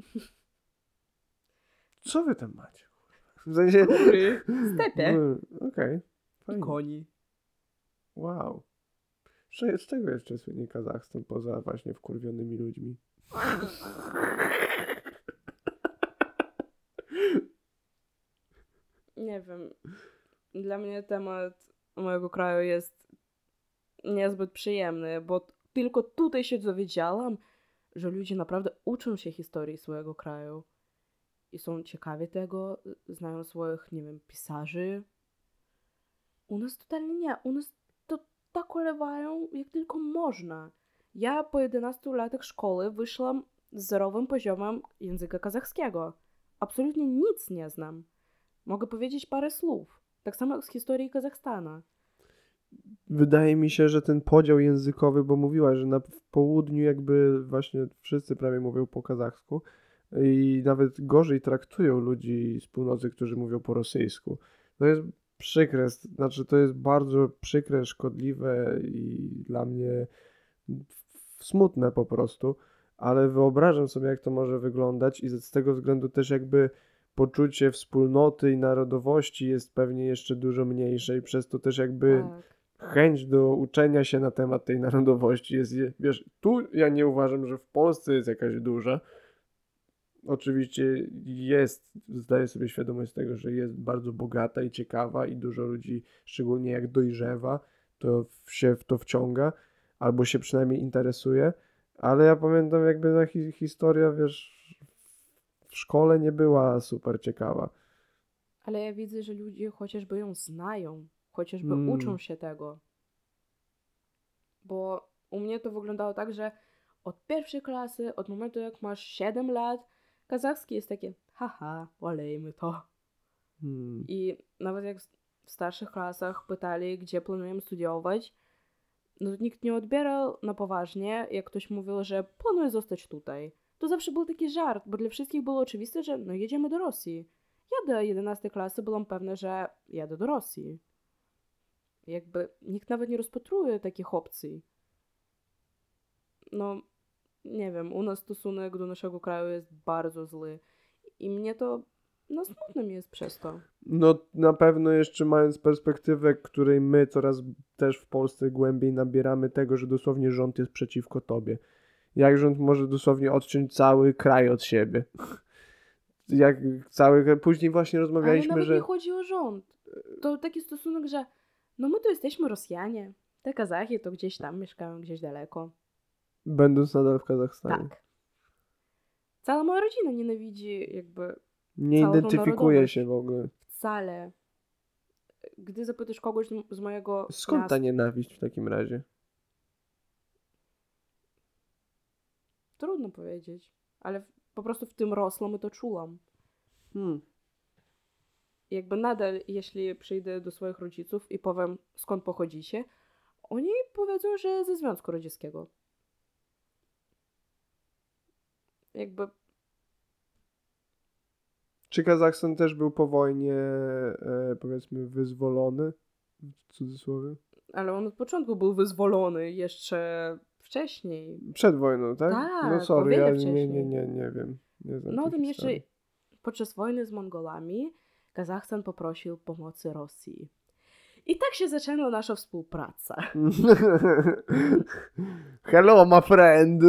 Co wy tam macie? W sensie... Góry, stepy Mm, Okej, i fajnie. koni. Wow. Z z czego jeszcze słynie Kazachstan poza właśnie wkurwionymi ludźmi? Nie wiem. Dla mnie temat mojego kraju jest niezbyt przyjemny, bo t- tylko tutaj się dowiedziałam, że ludzie naprawdę uczą się historii swojego kraju i są ciekawi tego, znają swoich, nie wiem, pisarzy. U nas totalnie nie. U nas to tak olewają, jak tylko można. Ja po jedenastu latach szkoły wyszłam z zerowym poziomem języka kazachskiego. Absolutnie nic nie znam. Mogę powiedzieć parę słów. Tak samo jak z historii Kazachstana. Wydaje mi się, że ten podział językowy, bo mówiłaś, że na w południu jakby właśnie wszyscy prawie mówią po kazachsku i nawet gorzej traktują ludzi z północy, którzy mówią po rosyjsku. To jest przykre, znaczy to jest bardzo przykre, szkodliwe i dla mnie smutne po prostu, ale wyobrażam sobie, jak to może wyglądać i z tego względu też jakby poczucie wspólnoty i narodowości jest pewnie jeszcze dużo mniejsze i przez to też jakby Tak. chęć do uczenia się na temat tej narodowości jest, je- wiesz, tu ja nie uważam, że w Polsce jest jakaś duża, oczywiście jest, zdaję sobie świadomość tego, że jest bardzo bogata i ciekawa i dużo ludzi, szczególnie jak dojrzewa, to w- się w to wciąga, albo się przynajmniej interesuje, ale ja pamiętam jakby ta hi- historia, wiesz, w szkole nie była super ciekawa. Ale ja widzę, że ludzie chociażby ją znają, chociażby Mm. uczą się tego. Bo u mnie to wyglądało tak, że od pierwszej klasy, od momentu jak masz siedem lat, kazachski jest takie, haha, olejmy to. Hmm. I nawet jak w starszych klasach pytali, gdzie planujemy studiować, no to nikt nie odbierał na poważnie, jak ktoś mówił, że planuje zostać tutaj. To zawsze był taki żart, bo dla wszystkich było oczywiste, że no jedziemy do Rosji. Ja do jedenastej klasy byłam pewna, że jadę do Rosji. Jakby nikt nawet nie rozpatruje takich opcji. No, nie wiem, u nas stosunek do naszego kraju jest bardzo zły. I mnie to, no smutno mi jest przez to. No na pewno jeszcze mając perspektywę, której my coraz też w Polsce głębiej nabieramy tego, że dosłownie rząd jest przeciwko tobie. Jak rząd może dosłownie odciąć cały kraj od siebie? Jak cały... Później właśnie Ale rozmawialiśmy, nawet że... nie chodzi o rząd. To taki stosunek, że no my to jesteśmy Rosjanie. Te Kazachy to gdzieś tam mieszkają, gdzieś daleko. Będąc nadal w Kazachstanie. Tak. Cała moja rodzina nienawidzi jakby Nie całą tą identyfikuje narodowość. się w ogóle. Wcale. Gdy zapytasz kogoś z- z mojego Skąd miasta, ta nienawiść w takim razie? trudno powiedzieć, ale w, po prostu w tym rosłam i to czułam. Hmm. Jakby nadal, jeśli przyjdę do swoich rodziców i powiem, skąd pochodzicie, oni powiedzą, że ze Związku Radzieckiego. Jakby Czy Kazachstan też był po wojnie, e, powiedzmy, wyzwolony? W cudzysłowie? ale on od początku był wyzwolony jeszcze wcześniej. Przed wojną, tak? Tak, No o sorry, wiele ja nie, wcześniej. nie, nie, nie wiem. Nie znam No tej tym jeszcze historii. podczas wojny z Mongolami Kazachstan poprosił pomocy Rosji. I tak się zaczęła nasza współpraca. Hello, my friend!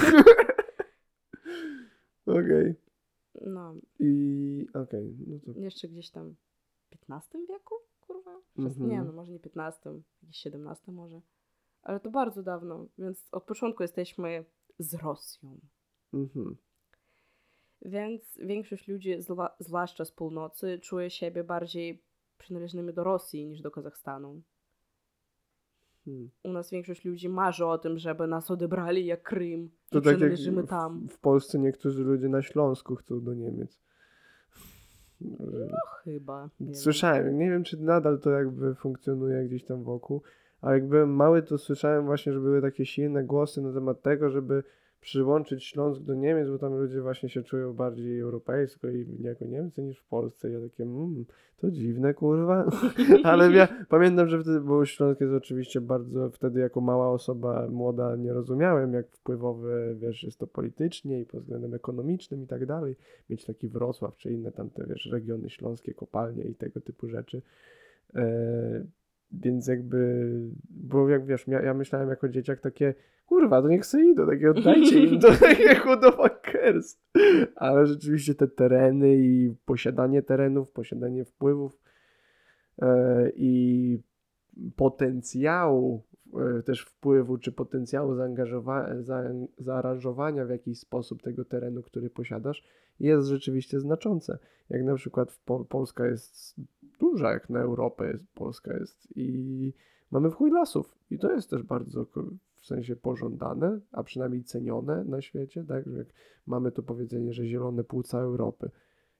Okej. No, I okej, no to... jeszcze gdzieś tam w piętnastym wieku, kurwa? Mhm. Nie, no może nie piętnastym, jakieś siedemnastym może. Ale to bardzo dawno, więc od początku jesteśmy z Rosją. Mhm. Więc większość ludzi, zła, zwłaszcza z północy, czuje siebie bardziej przynależnymi do Rosji niż do Kazachstanu. Hmm. U nas większość ludzi marzy o tym, żeby nas odebrali jak Krym To i tak jak przynależymy w, tam. w Polsce niektórzy ludzie na Śląsku chcą do Niemiec. No chyba. Nie Słyszałem, nie wiem czy nadal to jakby funkcjonuje gdzieś tam wokół, ale jak byłem mały, to słyszałem właśnie, że były takie silne głosy na temat tego, żeby przyłączyć Śląsk do Niemiec, bo tam ludzie właśnie się czują bardziej europejsko i jako Niemcy niż w Polsce. Ja takie, mmm, to dziwne kurwa. Ale ja pamiętam, że wtedy, bo Śląsk jest oczywiście bardzo, wtedy jako mała osoba młoda nie rozumiałem, jak wpływowy, wiesz, jest to politycznie i pod względem ekonomicznym i tak dalej. Mieć taki Wrocław czy inne tamte, wiesz, regiony śląskie, kopalnie i tego typu rzeczy. E, więc jakby, bo jak wiesz, ja, ja myślałem jako dzieciak takie, kurwa, to niech sobie idą, takie oddajcie im to, takie who the fuck cares. Ale rzeczywiście te tereny i posiadanie terenów, posiadanie wpływów e, i potencjału e, też wpływu, czy potencjału zaangażowania, za, zaaranżowania w jakiś sposób tego terenu, który posiadasz, jest rzeczywiście znaczące. Jak na przykład w po, Polska jest duża, jak na Europę jest, Polska jest i mamy w chuj lasów. I to jest też bardzo ko- w sensie pożądane, a przynajmniej cenione na świecie, tak? Że jak mamy to powiedzenie, że zielone płuca Europy.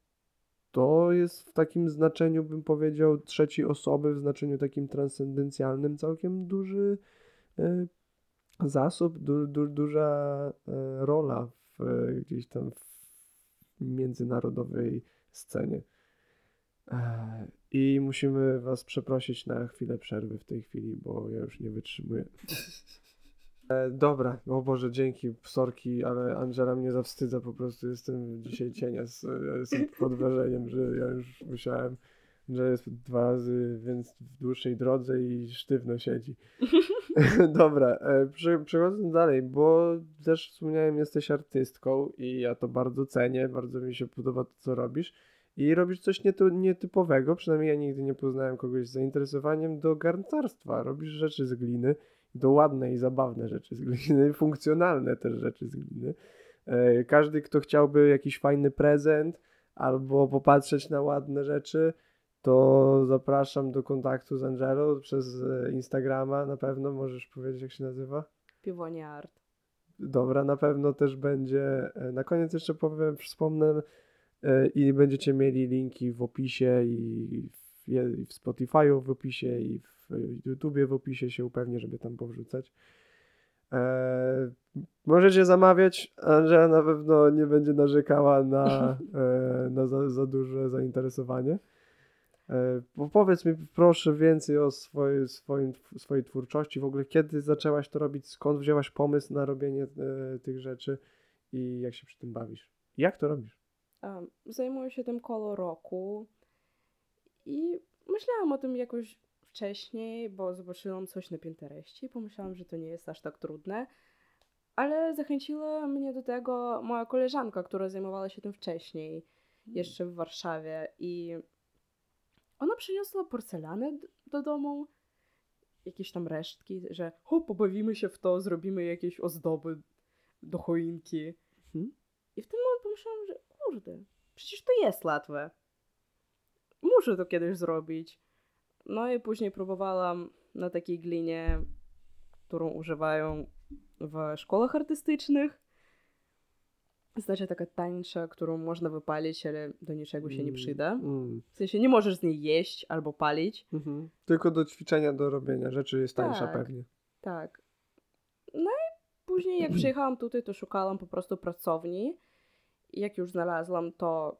To jest w takim znaczeniu, bym powiedział, trzeciej osoby, w znaczeniu takim transcendencjalnym całkiem duży e, zasób, du, du, duża e, rola w, e, gdzieś tam w międzynarodowej scenie. E, I musimy was przeprosić na chwilę przerwy w tej chwili, bo ja już nie wytrzymuję. E, dobra, o Boże, dzięki, sorki, ale Angela mnie zawstydza, po prostu jestem dzisiaj cienias, ja jestem pod wrażeniem, że ja już musiałem, że jest dwa razy więc w dłuższej drodze i sztywno siedzi. Dobra, e, prze, przechodząc dalej, bo też wspomniałem, jesteś artystką i ja to bardzo cenię, bardzo mi się podoba to, co robisz. I robisz coś nietu, nietypowego, przynajmniej ja nigdy nie poznałem kogoś z zainteresowaniem do garncarstwa. Robisz rzeczy z gliny, i to ładne i zabawne rzeczy z gliny, funkcjonalne też rzeczy z gliny. E, Każdy, kto chciałby jakiś fajny prezent albo popatrzeć na ładne rzeczy, to zapraszam do kontaktu z Angelą przez e, Instagrama. Na pewno możesz powiedzieć, jak się nazywa? Piwonia Art. Dobra, na pewno też będzie. e, Na koniec jeszcze powiem, wspomnę e, i będziecie mieli linki w opisie i w, je- i w Spotify'u w opisie i w YouTubie w opisie, się upewnię, żeby tam powrzucać. E, Możecie zamawiać. Angela na pewno nie będzie narzekała na, e, na za, za duże zainteresowanie. E, bo powiedz mi proszę więcej o swojej, swoim, swojej twórczości. W ogóle kiedy zaczęłaś to robić? Skąd wzięłaś pomysł na robienie e, tych rzeczy i jak się przy tym bawisz? Jak to robisz? Em, Zajmuję się tym koło roku i myślałam o tym jakoś wcześniej, bo zobaczyłam coś na Pinterestie i pomyślałam, że to nie jest aż tak trudne, ale zachęciła mnie do tego moja koleżanka, która zajmowała się tym wcześniej, jeszcze w Warszawie i ona przyniosła porcelanę d- do domu, jakieś tam resztki, że o, pobawimy się w to, zrobimy jakieś ozdoby do choinki. Mhm. I w tym momencie pomyślałam, że kurde, przecież to jest łatwe. Muszę to kiedyś zrobić. No i później próbowałam na takiej glinie, którą używają w szkołach artystycznych. Znaczy taka tańsza, którą można wypalić, ale do niczego się nie przyda. Mm. W sensie nie możesz z niej jeść albo palić. Mhm. Tylko do ćwiczenia, do robienia rzeczy jest tańsza Tak. pewnie. Tak. No i później jak przyjechałam tutaj, to szukałam po prostu pracowni. I jak już znalazłam, to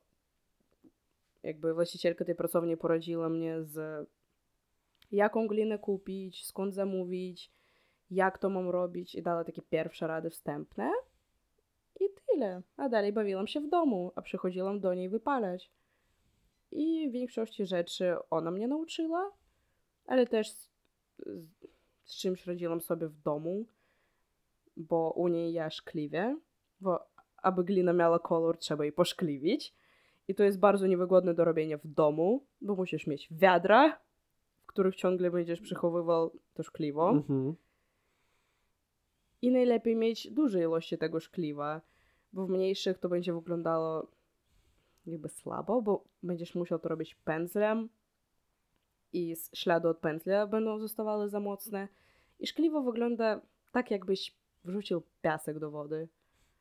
jakby właścicielka tej pracowni poradziła mnie z jaką glinę kupić, skąd zamówić, jak to mam robić i dała takie pierwsze rady wstępne. I tyle. A dalej bawiłam się w domu, a przychodziłam do niej wypalać. I w większości rzeczy ona mnie nauczyła, ale też z, z, z czymś radziłam sobie w domu, bo u niej ja szkliwię, bo aby glina miała kolor, trzeba jej poszkliwić. I to jest bardzo niewygodne do robienia w domu, bo musisz mieć wiadra, w których ciągle będziesz przechowywał to szkliwo. Mhm. I najlepiej mieć duże ilości tego szkliwa, bo w mniejszych to będzie wyglądało jakby słabo, bo będziesz musiał to robić pędzlem i z ślady od pędzla będą zostawały za mocne. I szkliwo wygląda tak, jakbyś wrzucił piasek do wody.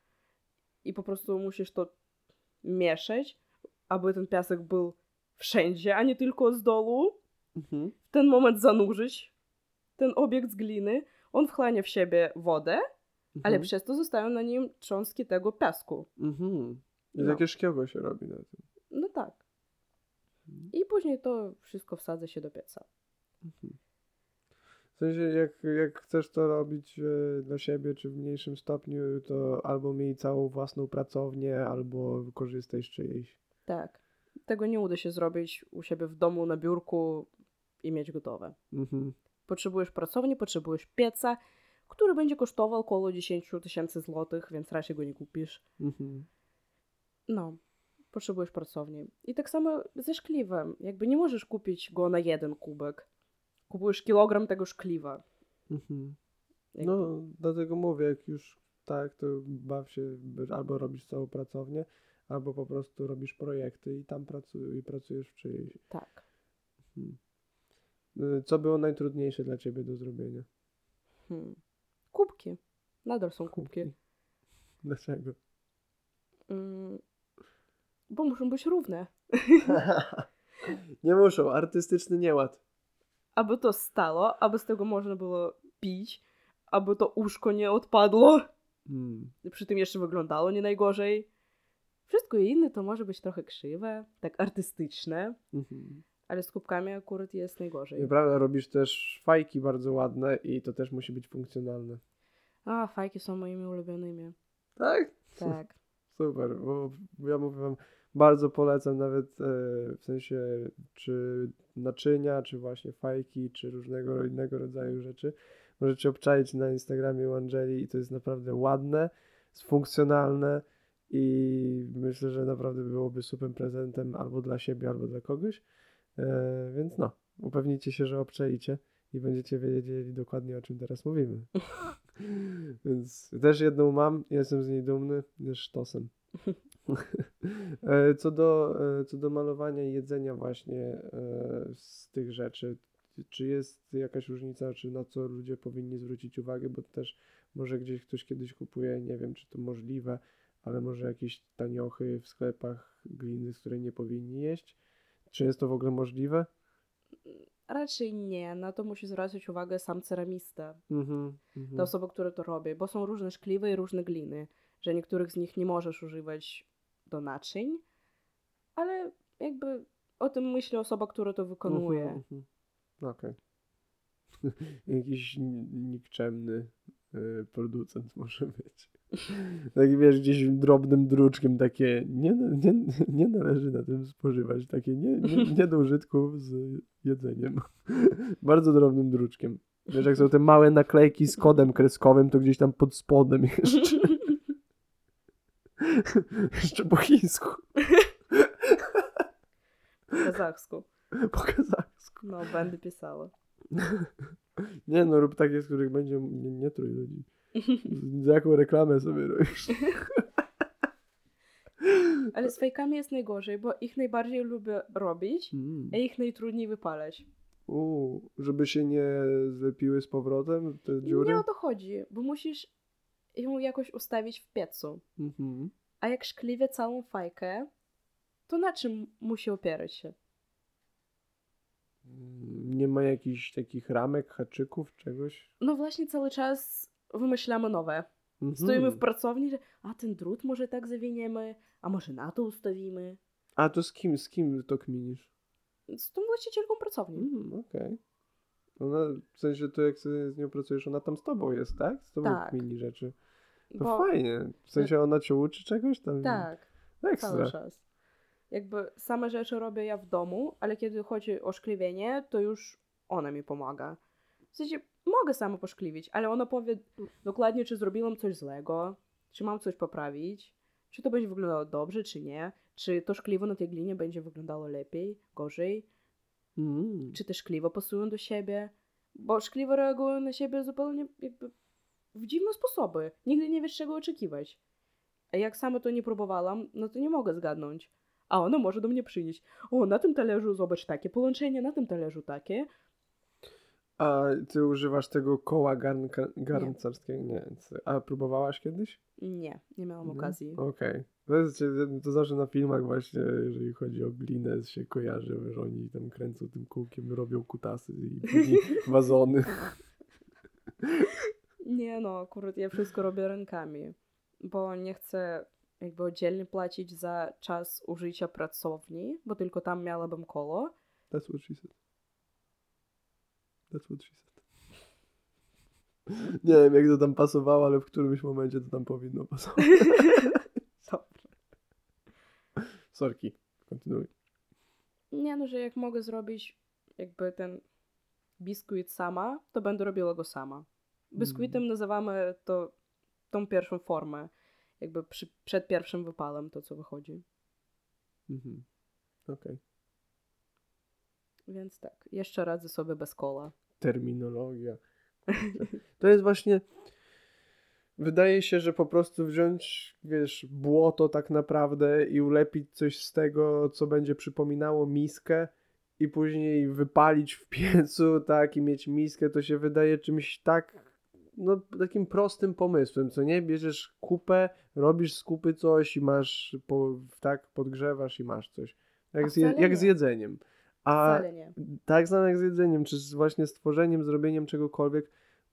I po prostu musisz to mieszać, aby ten piasek był wszędzie, a nie tylko z dołu. Mhm. W ten moment zanurzyć ten obiekt z gliny. On wchłania w siebie wodę, ale Mhm. przez to zostają na nim cząstki tego piasku. Mhm. I No. takie szkiełko się robi na tym. No tak. Mhm. I później to wszystko wsadza się do pieca. Mhm. W sensie, jak, jak chcesz to robić e, dla siebie, czy w mniejszym stopniu, to albo miej całą własną pracownię, albo korzystaj z czyjejś. Tak. Tego nie uda się zrobić u siebie w domu na biurku i mieć gotowe. Mhm. Potrzebujesz pracowni, potrzebujesz pieca, który będzie kosztował około dziesięć tysięcy złotych, więc raczej go nie kupisz. Mhm. No, potrzebujesz pracowni. I tak samo ze szkliwem. Jakby nie możesz kupić go na jeden kubek. Kupujesz kilogram tego szkliwa. Mhm. Jakby. No, dlatego mówię, jak już tak, to baw się, by- albo robisz całą pracownię, albo po prostu robisz projekty i tam pracuj, i pracujesz w czyjejś. Tak. Mhm. Y, Co było najtrudniejsze dla ciebie do zrobienia? Hmm. Kubki. Nadal są kubki. Dlaczego? Mm, bo muszą być równe. Nie muszą, artystyczny nieład. Aby to stało, aby z tego można było pić, aby to uszko nie odpadło. Hmm. Przy tym jeszcze wyglądało nie najgorzej. Wszystko inne to może być trochę krzywe, tak artystyczne, Mhm. ale z kubkami akurat jest najgorzej. Nieprawda, robisz też fajki bardzo ładne i to też musi być funkcjonalne. A, fajki są moimi ulubionymi. Tak? Tak. Super, bo ja mówię wam, bardzo polecam nawet e, w sensie czy naczynia, czy właśnie fajki, czy różnego innego rodzaju rzeczy, możecie obczaić na Instagramie u Angeli i to jest naprawdę ładne, jest funkcjonalne i myślę, że naprawdę byłoby super prezentem albo dla siebie, albo dla kogoś. E, więc no, upewnijcie się, że obczaicie i będziecie wiedzieli dokładnie, o czym teraz mówimy. Więc też jedną mam, jestem z niej dumny, jest sztosem. E, Co do, e, co do malowania i jedzenia właśnie e, z tych rzeczy, czy jest jakaś różnica, czy na co ludzie powinni zwrócić uwagę, bo też może gdzieś ktoś kiedyś kupuje, nie wiem, czy to możliwe, ale może jakieś taniochy w sklepach gliny, z której nie powinni jeść. Czy jest to w ogóle możliwe? Raczej nie, na to musi zwracać uwagę sam ceramista, Mhm, ta mhm. osoba, która to robi, bo są różne szkliwe i różne gliny, że niektórych z nich nie możesz używać do naczyń, ale jakby o tym myśli osoba, która to wykonuje. Mhm, mhm. Okej. Jakiś n- nikczemny y, producent może być. Tak wiesz, gdzieś drobnym druczkiem takie nie, nie, nie należy na tym spożywać, takie nie, nie, nie do użytku z jedzeniem. Bardzo drobnym druczkiem. Wiesz, jak są te małe naklejki z kodem kreskowym, to gdzieś tam pod spodem jeszcze. Jeszcze po chińsku. Po kazachsku. Po kazachsku. No, będę pisała. Nie no, rób takie, z których będzie nie, nie trój ludzi. Za jaką reklamę sobie robisz? Ale z fejkami jest najgorzej, bo ich najbardziej lubię robić, Mm. a ich najtrudniej wypalać. U, żeby się nie zlepiły z powrotem te dziury? Nie o to chodzi, bo musisz ją jakoś ustawić w piecu. Mhm. A jak szkliwie całą fajkę, to na czym musi opierać się? Mm, Nie ma jakichś takich ramek, haczyków, czegoś? No właśnie cały czas wymyślamy nowe. Mhm. Stoimy w pracowni, że a ten drut może tak zawiniemy, a może na to ustawimy. A to z kim, z kim to kminisz? Z tą właścicielką pracowni. Mm, okej. Ona, w sensie to jak sobie z nią pracujesz, ona tam z tobą jest, tak? Z tobą Tak. kmini rzeczy. To Bo fajnie. W sensie ona cię uczy czegoś tam? tak, cały Ekstra. czas. Jakby same rzeczy robię ja w domu, ale kiedy chodzi o szkliwienie, to już ona mi pomaga. W sensie mogę sama poszkliwić, ale ona powie dokładnie, czy zrobiłam coś złego, czy mam coś poprawić, czy to będzie wyglądało dobrze, czy nie, czy to szkliwo na tej glinie będzie wyglądało lepiej, gorzej, Mm. czy te szkliwa pasują do siebie, bo szkliwa reagują na siebie zupełnie jakby w dziwne sposoby. Nigdy nie wiesz, czego oczekiwać. A jak sama to nie próbowałam, no to nie mogę zgadnąć. A ona może do mnie przynieść. O, na tym talerzu zobacz takie połączenie, na tym talerzu takie. A ty używasz tego koła garnka, garncarskiego? Nie. Nie. A próbowałaś kiedyś? Nie, nie miałam Nie? okazji. Okej. To, jest, to zawsze na filmach właśnie, jeżeli chodzi o glinę, się kojarzy, że oni tam kręcą tym kółkiem, robią kutasy i później wazony. Nie no, akurat ja wszystko robię rękami, bo nie chcę jakby oddzielnie płacić za czas użycia pracowni, bo tylko tam miałabym koło. That's what she said. That's what she said. Nie wiem, jak to tam pasowało, ale w którymś momencie to tam powinno pasować. Dobrze. Sorki, kontynuuj. Nie no, że jak mogę zrobić jakby ten biskuit sama, to będę robiła go sama. Biskuitem Mm. nazywamy to tą pierwszą formę, jakby przy, przed pierwszym wypalem to, co wychodzi. Mhm. Okej. Więc tak, jeszcze radzę sobie bez kola. Terminologia. To jest właśnie... Wydaje się, że po prostu wziąć, wiesz, błoto tak naprawdę i ulepić coś z tego, co będzie przypominało miskę i później wypalić w piecu, tak, i mieć miskę, to się wydaje czymś tak, no, takim prostym pomysłem, co nie? Bierzesz kupę, robisz z kupy coś i masz, po, tak, podgrzewasz i masz coś. A Jak z, je, wcale jak nie. z jedzeniem. A Wcale nie. tak samo jak z jedzeniem, czy z właśnie stworzeniem, zrobieniem czegokolwiek,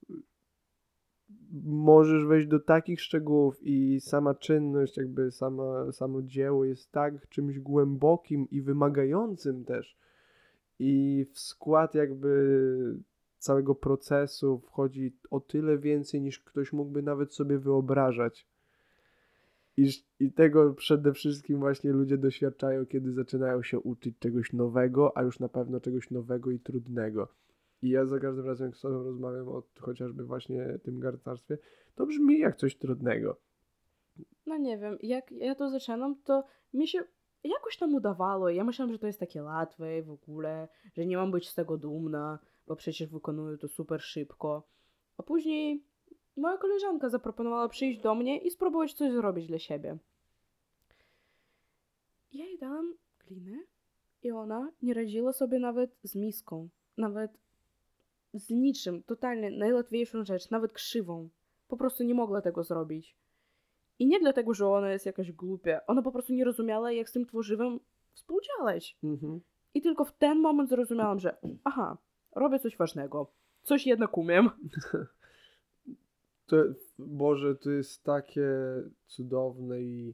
możesz wejść do takich szczegółów i sama czynność, jakby sama, samo dzieło jest tak czymś głębokim i wymagającym też. I w skład jakby całego procesu wchodzi o tyle więcej, niż ktoś mógłby nawet sobie wyobrażać. I, I tego przede wszystkim właśnie ludzie doświadczają, kiedy zaczynają się uczyć czegoś nowego, a już na pewno czegoś nowego i trudnego. I ja za każdym razem, jak z tobą rozmawiam o chociażby właśnie tym garcarstwie, to brzmi jak coś trudnego. No nie wiem, jak ja to zaczynam, to mi się jakoś tam udawało. Ja myślałam, że to jest takie łatwe w ogóle, że nie mam być z tego dumna, bo przecież wykonuję to super szybko. A później moja koleżanka zaproponowała przyjść do mnie i spróbować coś zrobić dla siebie. Ja jej dałam glinę i ona nie radziła sobie nawet z miską, nawet z niczym, totalnie najłatwiejszą rzecz, nawet krzywą. Po prostu nie mogła tego zrobić. I nie dlatego, że ona jest jakaś głupia. Ona po prostu nie rozumiała, jak z tym tworzywem współdziałać. Mhm. I tylko w ten moment zrozumiałam, że aha, robię coś ważnego. Coś jednak umiem. To, Boże, to jest takie cudowne i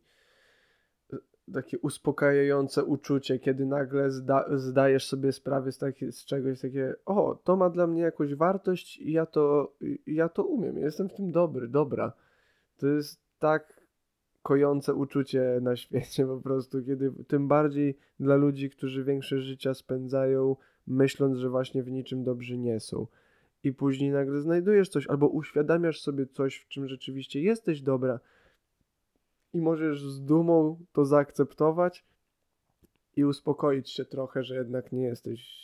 takie uspokajające uczucie, kiedy nagle zda, zdajesz sobie sprawę z, taki, z czegoś takie, o, to ma dla mnie jakąś wartość i ja to, ja to umiem, jestem w tym dobry, dobra. To jest tak kojące uczucie na świecie po prostu, kiedy tym bardziej dla ludzi, którzy większość życia spędzają myśląc, że właśnie w niczym dobrzy nie są. I później nagle znajdujesz coś, albo uświadamiasz sobie coś, w czym rzeczywiście jesteś dobra i możesz z dumą to zaakceptować i uspokoić się trochę, że jednak nie jesteś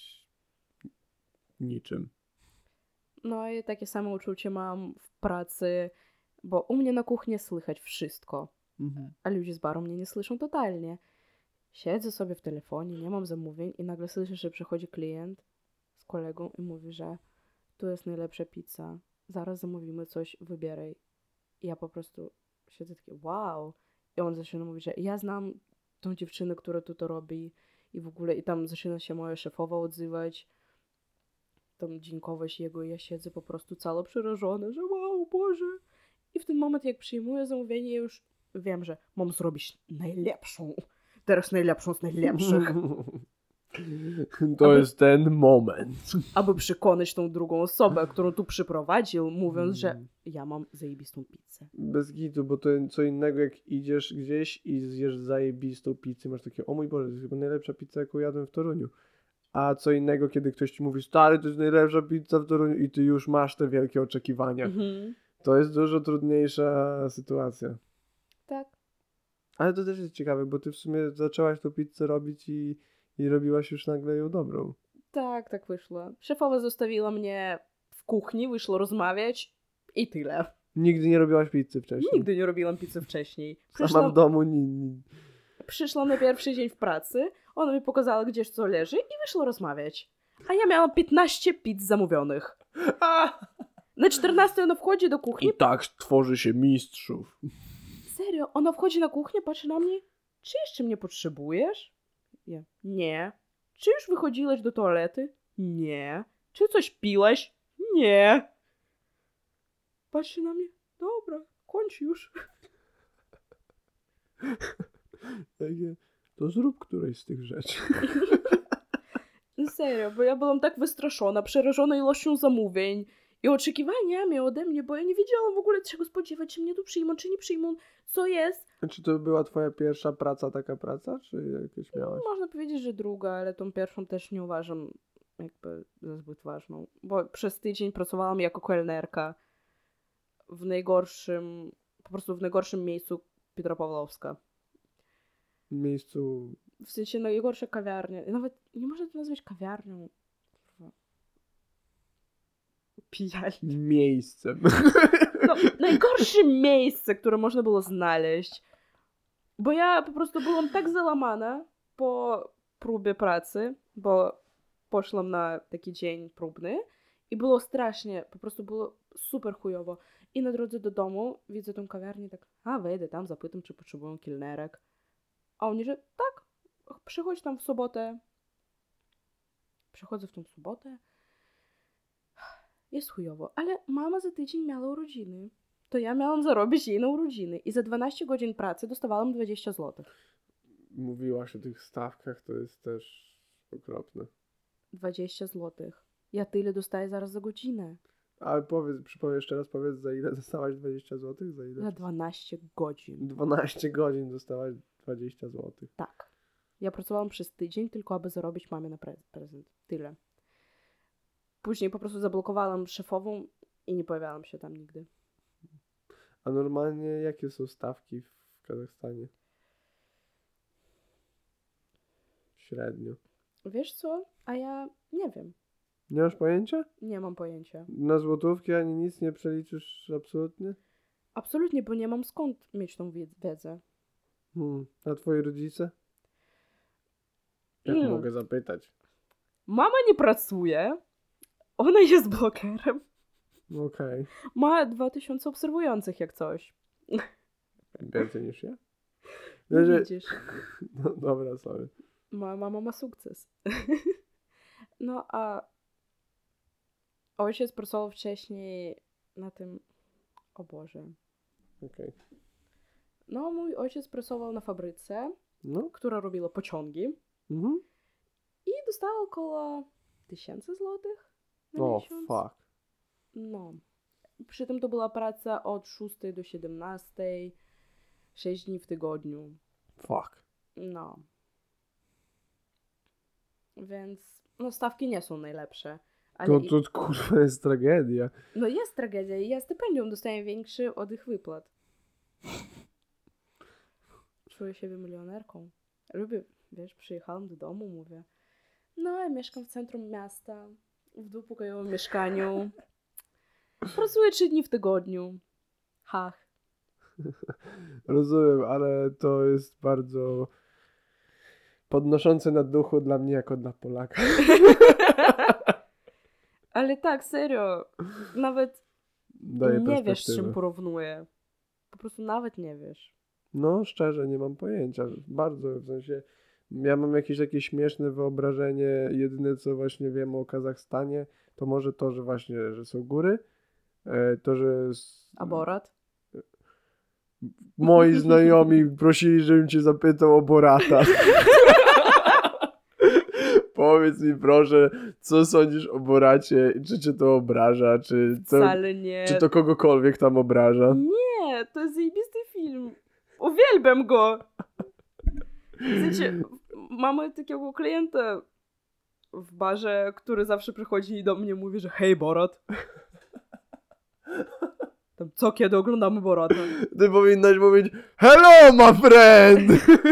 niczym. No i takie samo uczucie mam w pracy, bo u mnie na kuchni słychać wszystko, Mhm. a ludzie z baru mnie nie słyszą totalnie. Siedzę sobie w telefonie, nie mam zamówień i nagle słyszę, że przychodzi klient z kolegą i mówi, że tu jest najlepsza pizza, zaraz zamówimy coś, wybieraj. I ja po prostu siedzę takie wow. I on zaczyna mówić, że ja znam tą dziewczynę, która tu to robi i w ogóle, i tam zaczyna się moja szefowa odzywać, tam dziękować jego i ja siedzę po prostu cała przerażona, że wow, Boże. I w ten moment, jak przyjmuję zamówienie, ja już wiem, że mam zrobić najlepszą. Teraz najlepszą z najlepszych. To Aby- jest ten moment. Aby przekonać tą drugą osobę, którą tu przyprowadził, mówiąc, że Mm. ja mam zajebistą pizzę. Bez gitu, bo to co innego, jak idziesz gdzieś i zjesz zajebistą pizzę, masz takie, o mój Boże, to jest chyba najlepsza pizza, jaką jadłem w Toruniu. A co innego, kiedy ktoś ci mówi, stary, to jest najlepsza pizza w Toruniu i ty już masz te wielkie oczekiwania. Mhm. To jest dużo trudniejsza sytuacja. Tak. Ale to też jest ciekawe, bo ty w sumie zaczęłaś tą pizzę robić i, i robiłaś już nagle ją dobrą. Tak, tak wyszło. Szefowa zostawiła mnie w kuchni, wyszło rozmawiać i tyle. Nigdy nie robiłaś pizzy wcześniej. Nigdy nie robiłam pizzy wcześniej. Sama Przyszłam, w domu nie... nie. przyszłam na pierwszy dzień w pracy, ona mi pokazała, gdzieś co leży i wyszło rozmawiać. A ja miałam piętnaście pizz zamówionych. Na czternastej ona wchodzi do kuchni. I tak tworzy się mistrzów. Serio, ona wchodzi na kuchnię, patrzy na mnie. Czy jeszcze mnie potrzebujesz? Ja. Nie. Czy już wychodziłeś do toalety? Nie. Czy coś piłeś? Nie. Patrzy na mnie. Dobra, kończ już. Takie, to zrób któreś z tych rzeczy. No serio, bo ja byłam tak wystraszona, przerażona ilością zamówień i oczekiwaniami ode mnie, bo ja nie wiedziałam w ogóle czego spodziewać, czy mnie tu przyjmą, czy nie przyjmą, co jest. Czy to była twoja pierwsza praca, taka praca, czy jakieś miałaś? Można powiedzieć, że druga, ale tą pierwszą też nie uważam jakby za zbyt ważną, bo przez tydzień pracowałam jako kelnerka w najgorszym, po prostu w najgorszym miejscu Piotra Pawłowska. W miejscu... W sensie najgorsza kawiarnia, nawet nie można to nazwać kawiarnią. Kurwa. Pijalnią. Miejscem. No, najgorsze miejsce, które można było znaleźć. Bo ja po prostu byłam tak załamana po próbie pracy, bo poszłam na taki dzień próbny i było strasznie, po prostu było super chujowo. I na drodze do domu widzę tą kawiarnię, tak, a wejdę tam, zapytam, czy potrzebują kelnerek. A oni, że tak, przychodź tam w sobotę. Przychodzę w tą sobotę. Jest chujowo, ale mama za tydzień miała urodziny. To ja miałam zarobić jej na urodziny i za dwanaście godzin pracy dostawałam dwadzieścia złotych. Mówiłaś o tych stawkach, to jest też okropne. dwadzieścia złotych. Ja tyle dostaję zaraz za godzinę. Ale powiedz, przypomnę jeszcze raz, powiedz, za ile dostałaś dwadzieścia złotych? Za ile? Za dwanaście godzin. dwanaście godzin dostałaś dwadzieścia złotych. Tak. Ja pracowałam przez tydzień tylko, aby zarobić mamie na pre- prezent. Tyle. później po prostu zablokowałam szefową i nie pojawiałam się tam nigdy. A normalnie jakie są stawki w Kazachstanie? Średnio. Wiesz co? A ja nie wiem. Nie masz pojęcia? Nie mam pojęcia. Na złotówki ani nic nie przeliczysz absolutnie? Absolutnie, bo nie mam skąd mieć tą wiedz- wiedzę. Hmm. A twoi rodzice? Jak Mm. mogę zapytać? Mama nie pracuje. Ona jest blogerem. Okej. Ma dwa tysiące obserwujących jak coś. Więcej niż ja? No Wiesz, że- widzisz. No, dobra, sorry. Moja mama ma sukces. No a ojciec pracował wcześniej na tym... O Boże. Okej. No mój ojciec pracował na fabryce, No. która robiła pociągi Mhm. i dostał około tysięcy złotych na O, miesiąc. fuck. No. Przy tym to była praca od szóstej do siedemnastej, sześć dni w tygodniu. Fuck. No. Więc no stawki nie są najlepsze. Ale To, i- to kurwa jest tragedia. No jest tragedia i ja stypendium dostaję większy od ich wypłat. Czuję siebie milionerką. Lubię, wiesz, przyjechałam do domu, mówię, no ja mieszkam w centrum miasta, w dwupokojowym mieszkaniu. Pracuję trzy dni w tygodniu. Hach. Rozumiem, ale to jest bardzo podnoszące na duchu dla mnie jako dla Polaka. Ale tak, serio. Nawet Daje nie wiesz, z perspektywę. czym porównuję. Po prostu nawet nie wiesz. No, szczerze, nie mam pojęcia. Bardzo, w sensie, ja mam jakieś takie śmieszne wyobrażenie. Jedyne, co właśnie wiem o Kazachstanie, to może to, że właśnie, że są góry. e, To, że s- A Borat? moi znajomi prosili, żebym cię zapytał o Borata. Powiedz mi proszę, co sądzisz o Boracie? Czy cię to obraża? Czy to, Wcale nie. czy to kogokolwiek tam obraża? Nie, to jest zajebisty film. Uwielbiam go. W sensie, mamy takiego klienta w barze, który zawsze przychodzi i do mnie mówi, że hej Borat. Tam, co kiedy oglądamy Borata? Ty powinnaś mówić hello my friend!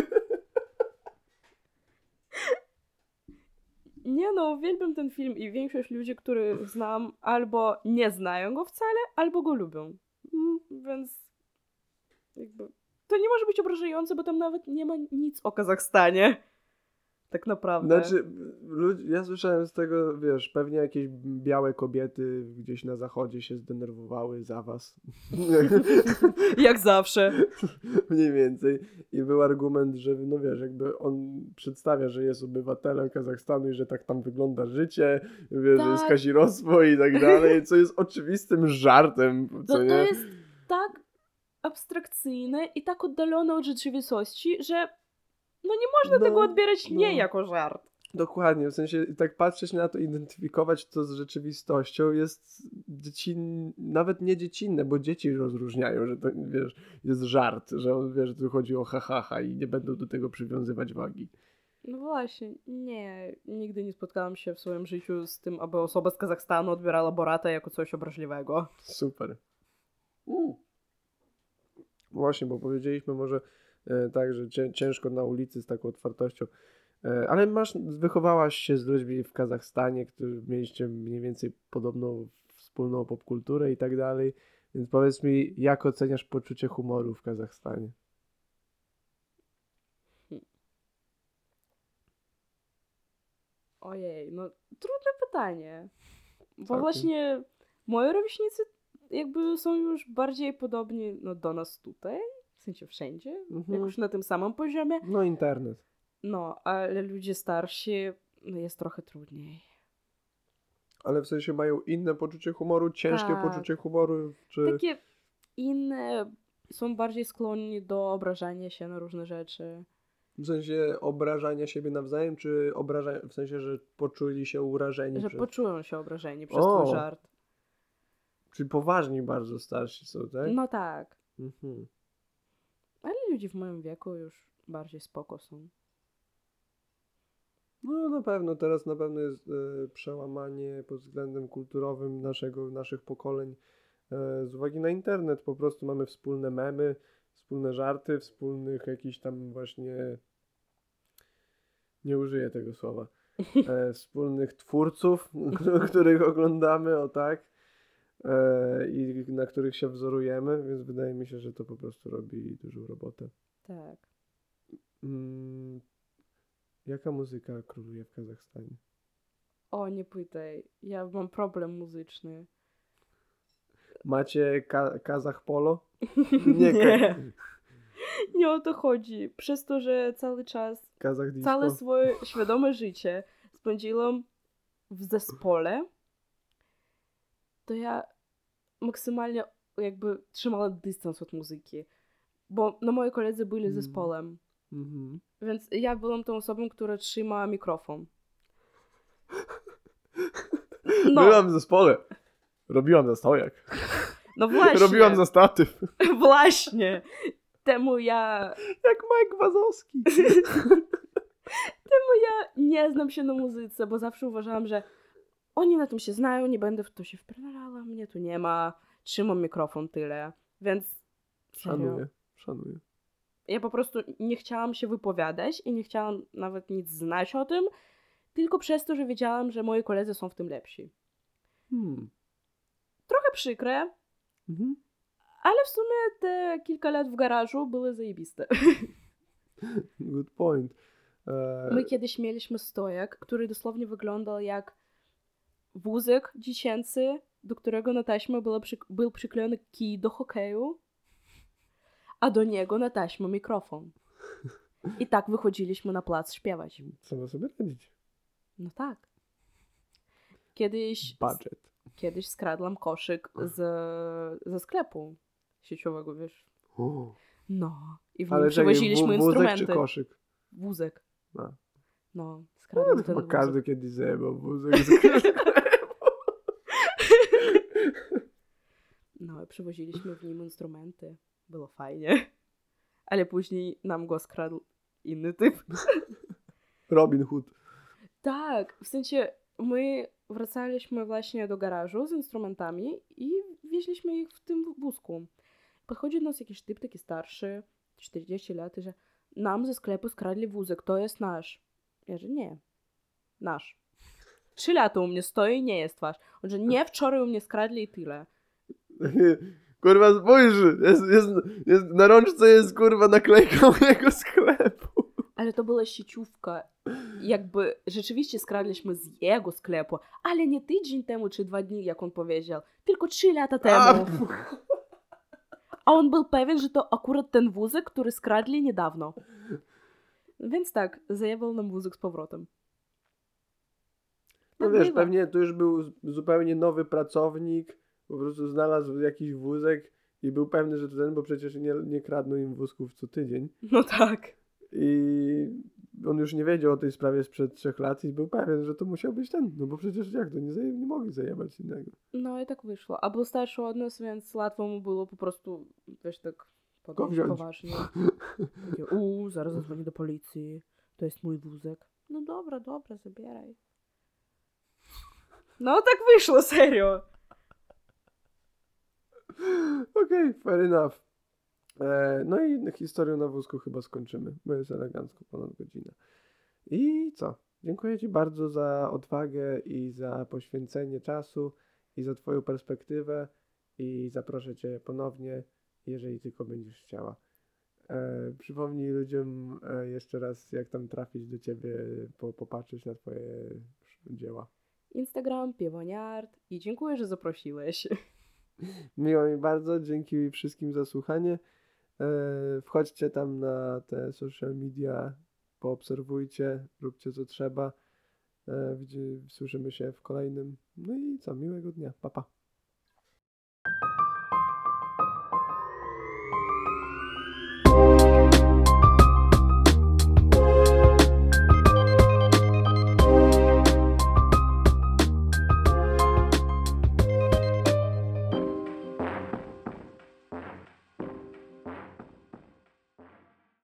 Nie no, uwielbiam ten film i większość ludzi, których znam, albo nie znają go wcale, albo go lubią. Mm, Więc jakby to nie może być obrażające, bo tam nawet nie ma nic o Kazachstanie. Tak naprawdę. Znaczy, ludzi, ja słyszałem z tego, wiesz, pewnie jakieś białe kobiety gdzieś na zachodzie się zdenerwowały za was. Jak zawsze. Mniej więcej. I był argument, że no wiesz, jakby on przedstawia, że jest obywatelem Kazachstanu i że tak tam wygląda życie, wiesz, że jest Tak. kazirostwo i tak dalej, co jest oczywistym żartem, co To, nie? to jest tak abstrakcyjne i tak oddalone od rzeczywistości, że no nie można No, tego odbierać no. nie jako żart. Dokładnie, w sensie tak patrzeć na to, identyfikować to z rzeczywistością jest dziecin... nawet nie dziecinne, bo dzieci rozróżniają, że to, wiesz, jest żart, że on wie, że tu chodzi o ha, ha, ha i nie będą do tego przywiązywać wagi. No właśnie, nie, nigdy nie spotkałam się w swoim życiu z tym, aby osoba z Kazachstanu odbierała Borata jako coś obraźliwego. Super. Mm. Właśnie, bo powiedzieliśmy może e, tak, że cię, ciężko na ulicy z taką otwartością, e, ale masz, wychowałaś się z ludźmi w Kazachstanie, którzy mieliście mniej więcej podobną wspólną popkulturę i tak dalej, więc powiedz mi, jak oceniasz poczucie humoru w Kazachstanie? Ojej, no trudne pytanie. Bo Całkiem. właśnie moi rówieśnicy jakby są już bardziej podobni no, do nas tutaj, w sensie wszędzie, Mhm. jakoś na tym samym poziomie. No internet. No, ale ludzie starsi no, jest trochę trudniej. Ale w sensie mają inne poczucie humoru, ciężkie Tak. poczucie humoru, czy... Takie inne są bardziej skłonni do obrażania się na różne rzeczy. W sensie obrażania siebie nawzajem, czy obrażania, w sensie, że poczuli się urażeni Że przez... poczują się obrażeni przez O! twój żart. Czyli poważni bardzo starsi są, tak? No tak. Mhm. Ale ludzie w moim wieku już bardziej spoko są. No na pewno, teraz na pewno jest e, przełamanie pod względem kulturowym naszego, naszych pokoleń e, z uwagi na internet. Po prostu mamy wspólne memy, wspólne żarty, wspólnych jakichś tam właśnie, nie użyję tego słowa, e, wspólnych twórców, których oglądamy, o tak, e, i na których się wzorujemy, więc wydaje mi się, że to po prostu robi dużą robotę. Tak. Mm, jaka muzyka króluje w Kazachstanie? O, nie pytaj. Ja mam problem muzyczny. Macie ka- Kazach Polo? Nie, Nie. Ka- Nie o to chodzi. Przez to, że cały czas, Kazach Disco? całe swoje świadome życie spędziłam w zespole, to ja maksymalnie jakby trzymała dystans od muzyki. Bo no moi koledzy byli Mm. zespołem. Mhm. Więc ja byłam tą osobą, która trzyma mikrofon. No, Byłam w zespole. Robiłam za stojak. no właśnie. Robiłam za statyw. Właśnie. Temu ja Jak Mike Wazowski. ja nie znam się na muzyce, bo zawsze uważałam, że oni na tym się znają, nie będę w to się wpierdalała, mnie tu nie ma, trzymam mikrofon, tyle. Więc serio, Szanuję, szanuję. ja po prostu nie chciałam się wypowiadać i nie chciałam nawet nic znać o tym, tylko przez to, że wiedziałam, że moi koledzy są w tym lepsi. Hmm. Trochę przykre, Mhm. ale w sumie te kilka lat w garażu były zajebiste. Good point. E, My kiedyś mieliśmy stojak, który dosłownie wyglądał jak wózek dziecięcy, do którego na taśmę było przy, był przyklejony kij do hokeju, a do niego na taśmę mikrofon. I tak wychodziliśmy na plac śpiewać. Trzeba sobie radzić. No tak. Kiedyś, Budget. kiedyś skradłam koszyk z, ze sklepu sieciowego, wiesz. O. No. I w nim Ale czekaj, przewoziliśmy wó- wózek instrumenty. czy koszyk? Wózek. A. No, No, skradłam to ten chyba wózek. każdy kiedyś zajebał wózek. z- No, i przewoziliśmy w nim instrumenty. Było fajnie. Ale później nam go skradł inny typ. Robin Hood. Tak, w sensie my wracaliśmy właśnie do garażu z instrumentami i wieźliśmy ich w tym wózku. Podchodzi do nas jakiś typ taki starszy, czterdzieści lat, i że nam ze sklepu skradli wózek, to jest nasz. Ja, że nie, nasz. Trzy lata u mnie stoi, nie jest wasz. On, że nie, wczoraj u mnie skradli i tyle. Kurwa, spójrz, jest, jest, jest, na rączce jest kurwa naklejka mojego sklepu. Ale to była sieciówka. Jakby rzeczywiście skradliśmy z jego sklepu, ale nie tydzień temu czy dwa dni, jak on powiedział, tylko trzy lata temu. A, A on był pewien, że to akurat ten wózek, który skradli niedawno. Więc tak, zajebał nam wózek z powrotem. no Tak wiesz, bywa. pewnie to już był z- zupełnie nowy pracownik, po prostu znalazł jakiś wózek i był pewny, że to ten, bo przecież nie, nie kradną im wózków co tydzień. No tak. I on już nie wiedział o tej sprawie sprzed trzech lat i był pewien, że to musiał być ten, no bo przecież jak to, nie, zaje, nie mogli zajebać innego. No i tak wyszło. A był starszy od nas, więc łatwo mu było po prostu, wiesz, tak Go podejść wziąć. poważnie. Takie, uuu, zaraz zadzwonię do policji. To jest mój wózek. No dobra, dobra, zabieraj. No tak wyszło, serio. Okej, fair enough. E, no i historię na wózku chyba skończymy, bo jest elegancko ponad godzinę. I co? Dziękuję Ci bardzo za odwagę i za poświęcenie czasu i za Twoją perspektywę i zaproszę Cię ponownie, jeżeli tylko będziesz chciała. E, przypomnij ludziom e, jeszcze raz, jak tam trafić do Ciebie, po, popatrzeć na Twoje dzieła. Instagram, Piewoniard i dziękuję, że zaprosiłeś. Miło mi bardzo, dzięki wszystkim za słuchanie. E, wchodźcie tam na te social media, poobserwujcie, róbcie co trzeba. E, widzi- słyszymy się w kolejnym. No i co, miłego dnia. Pa, pa.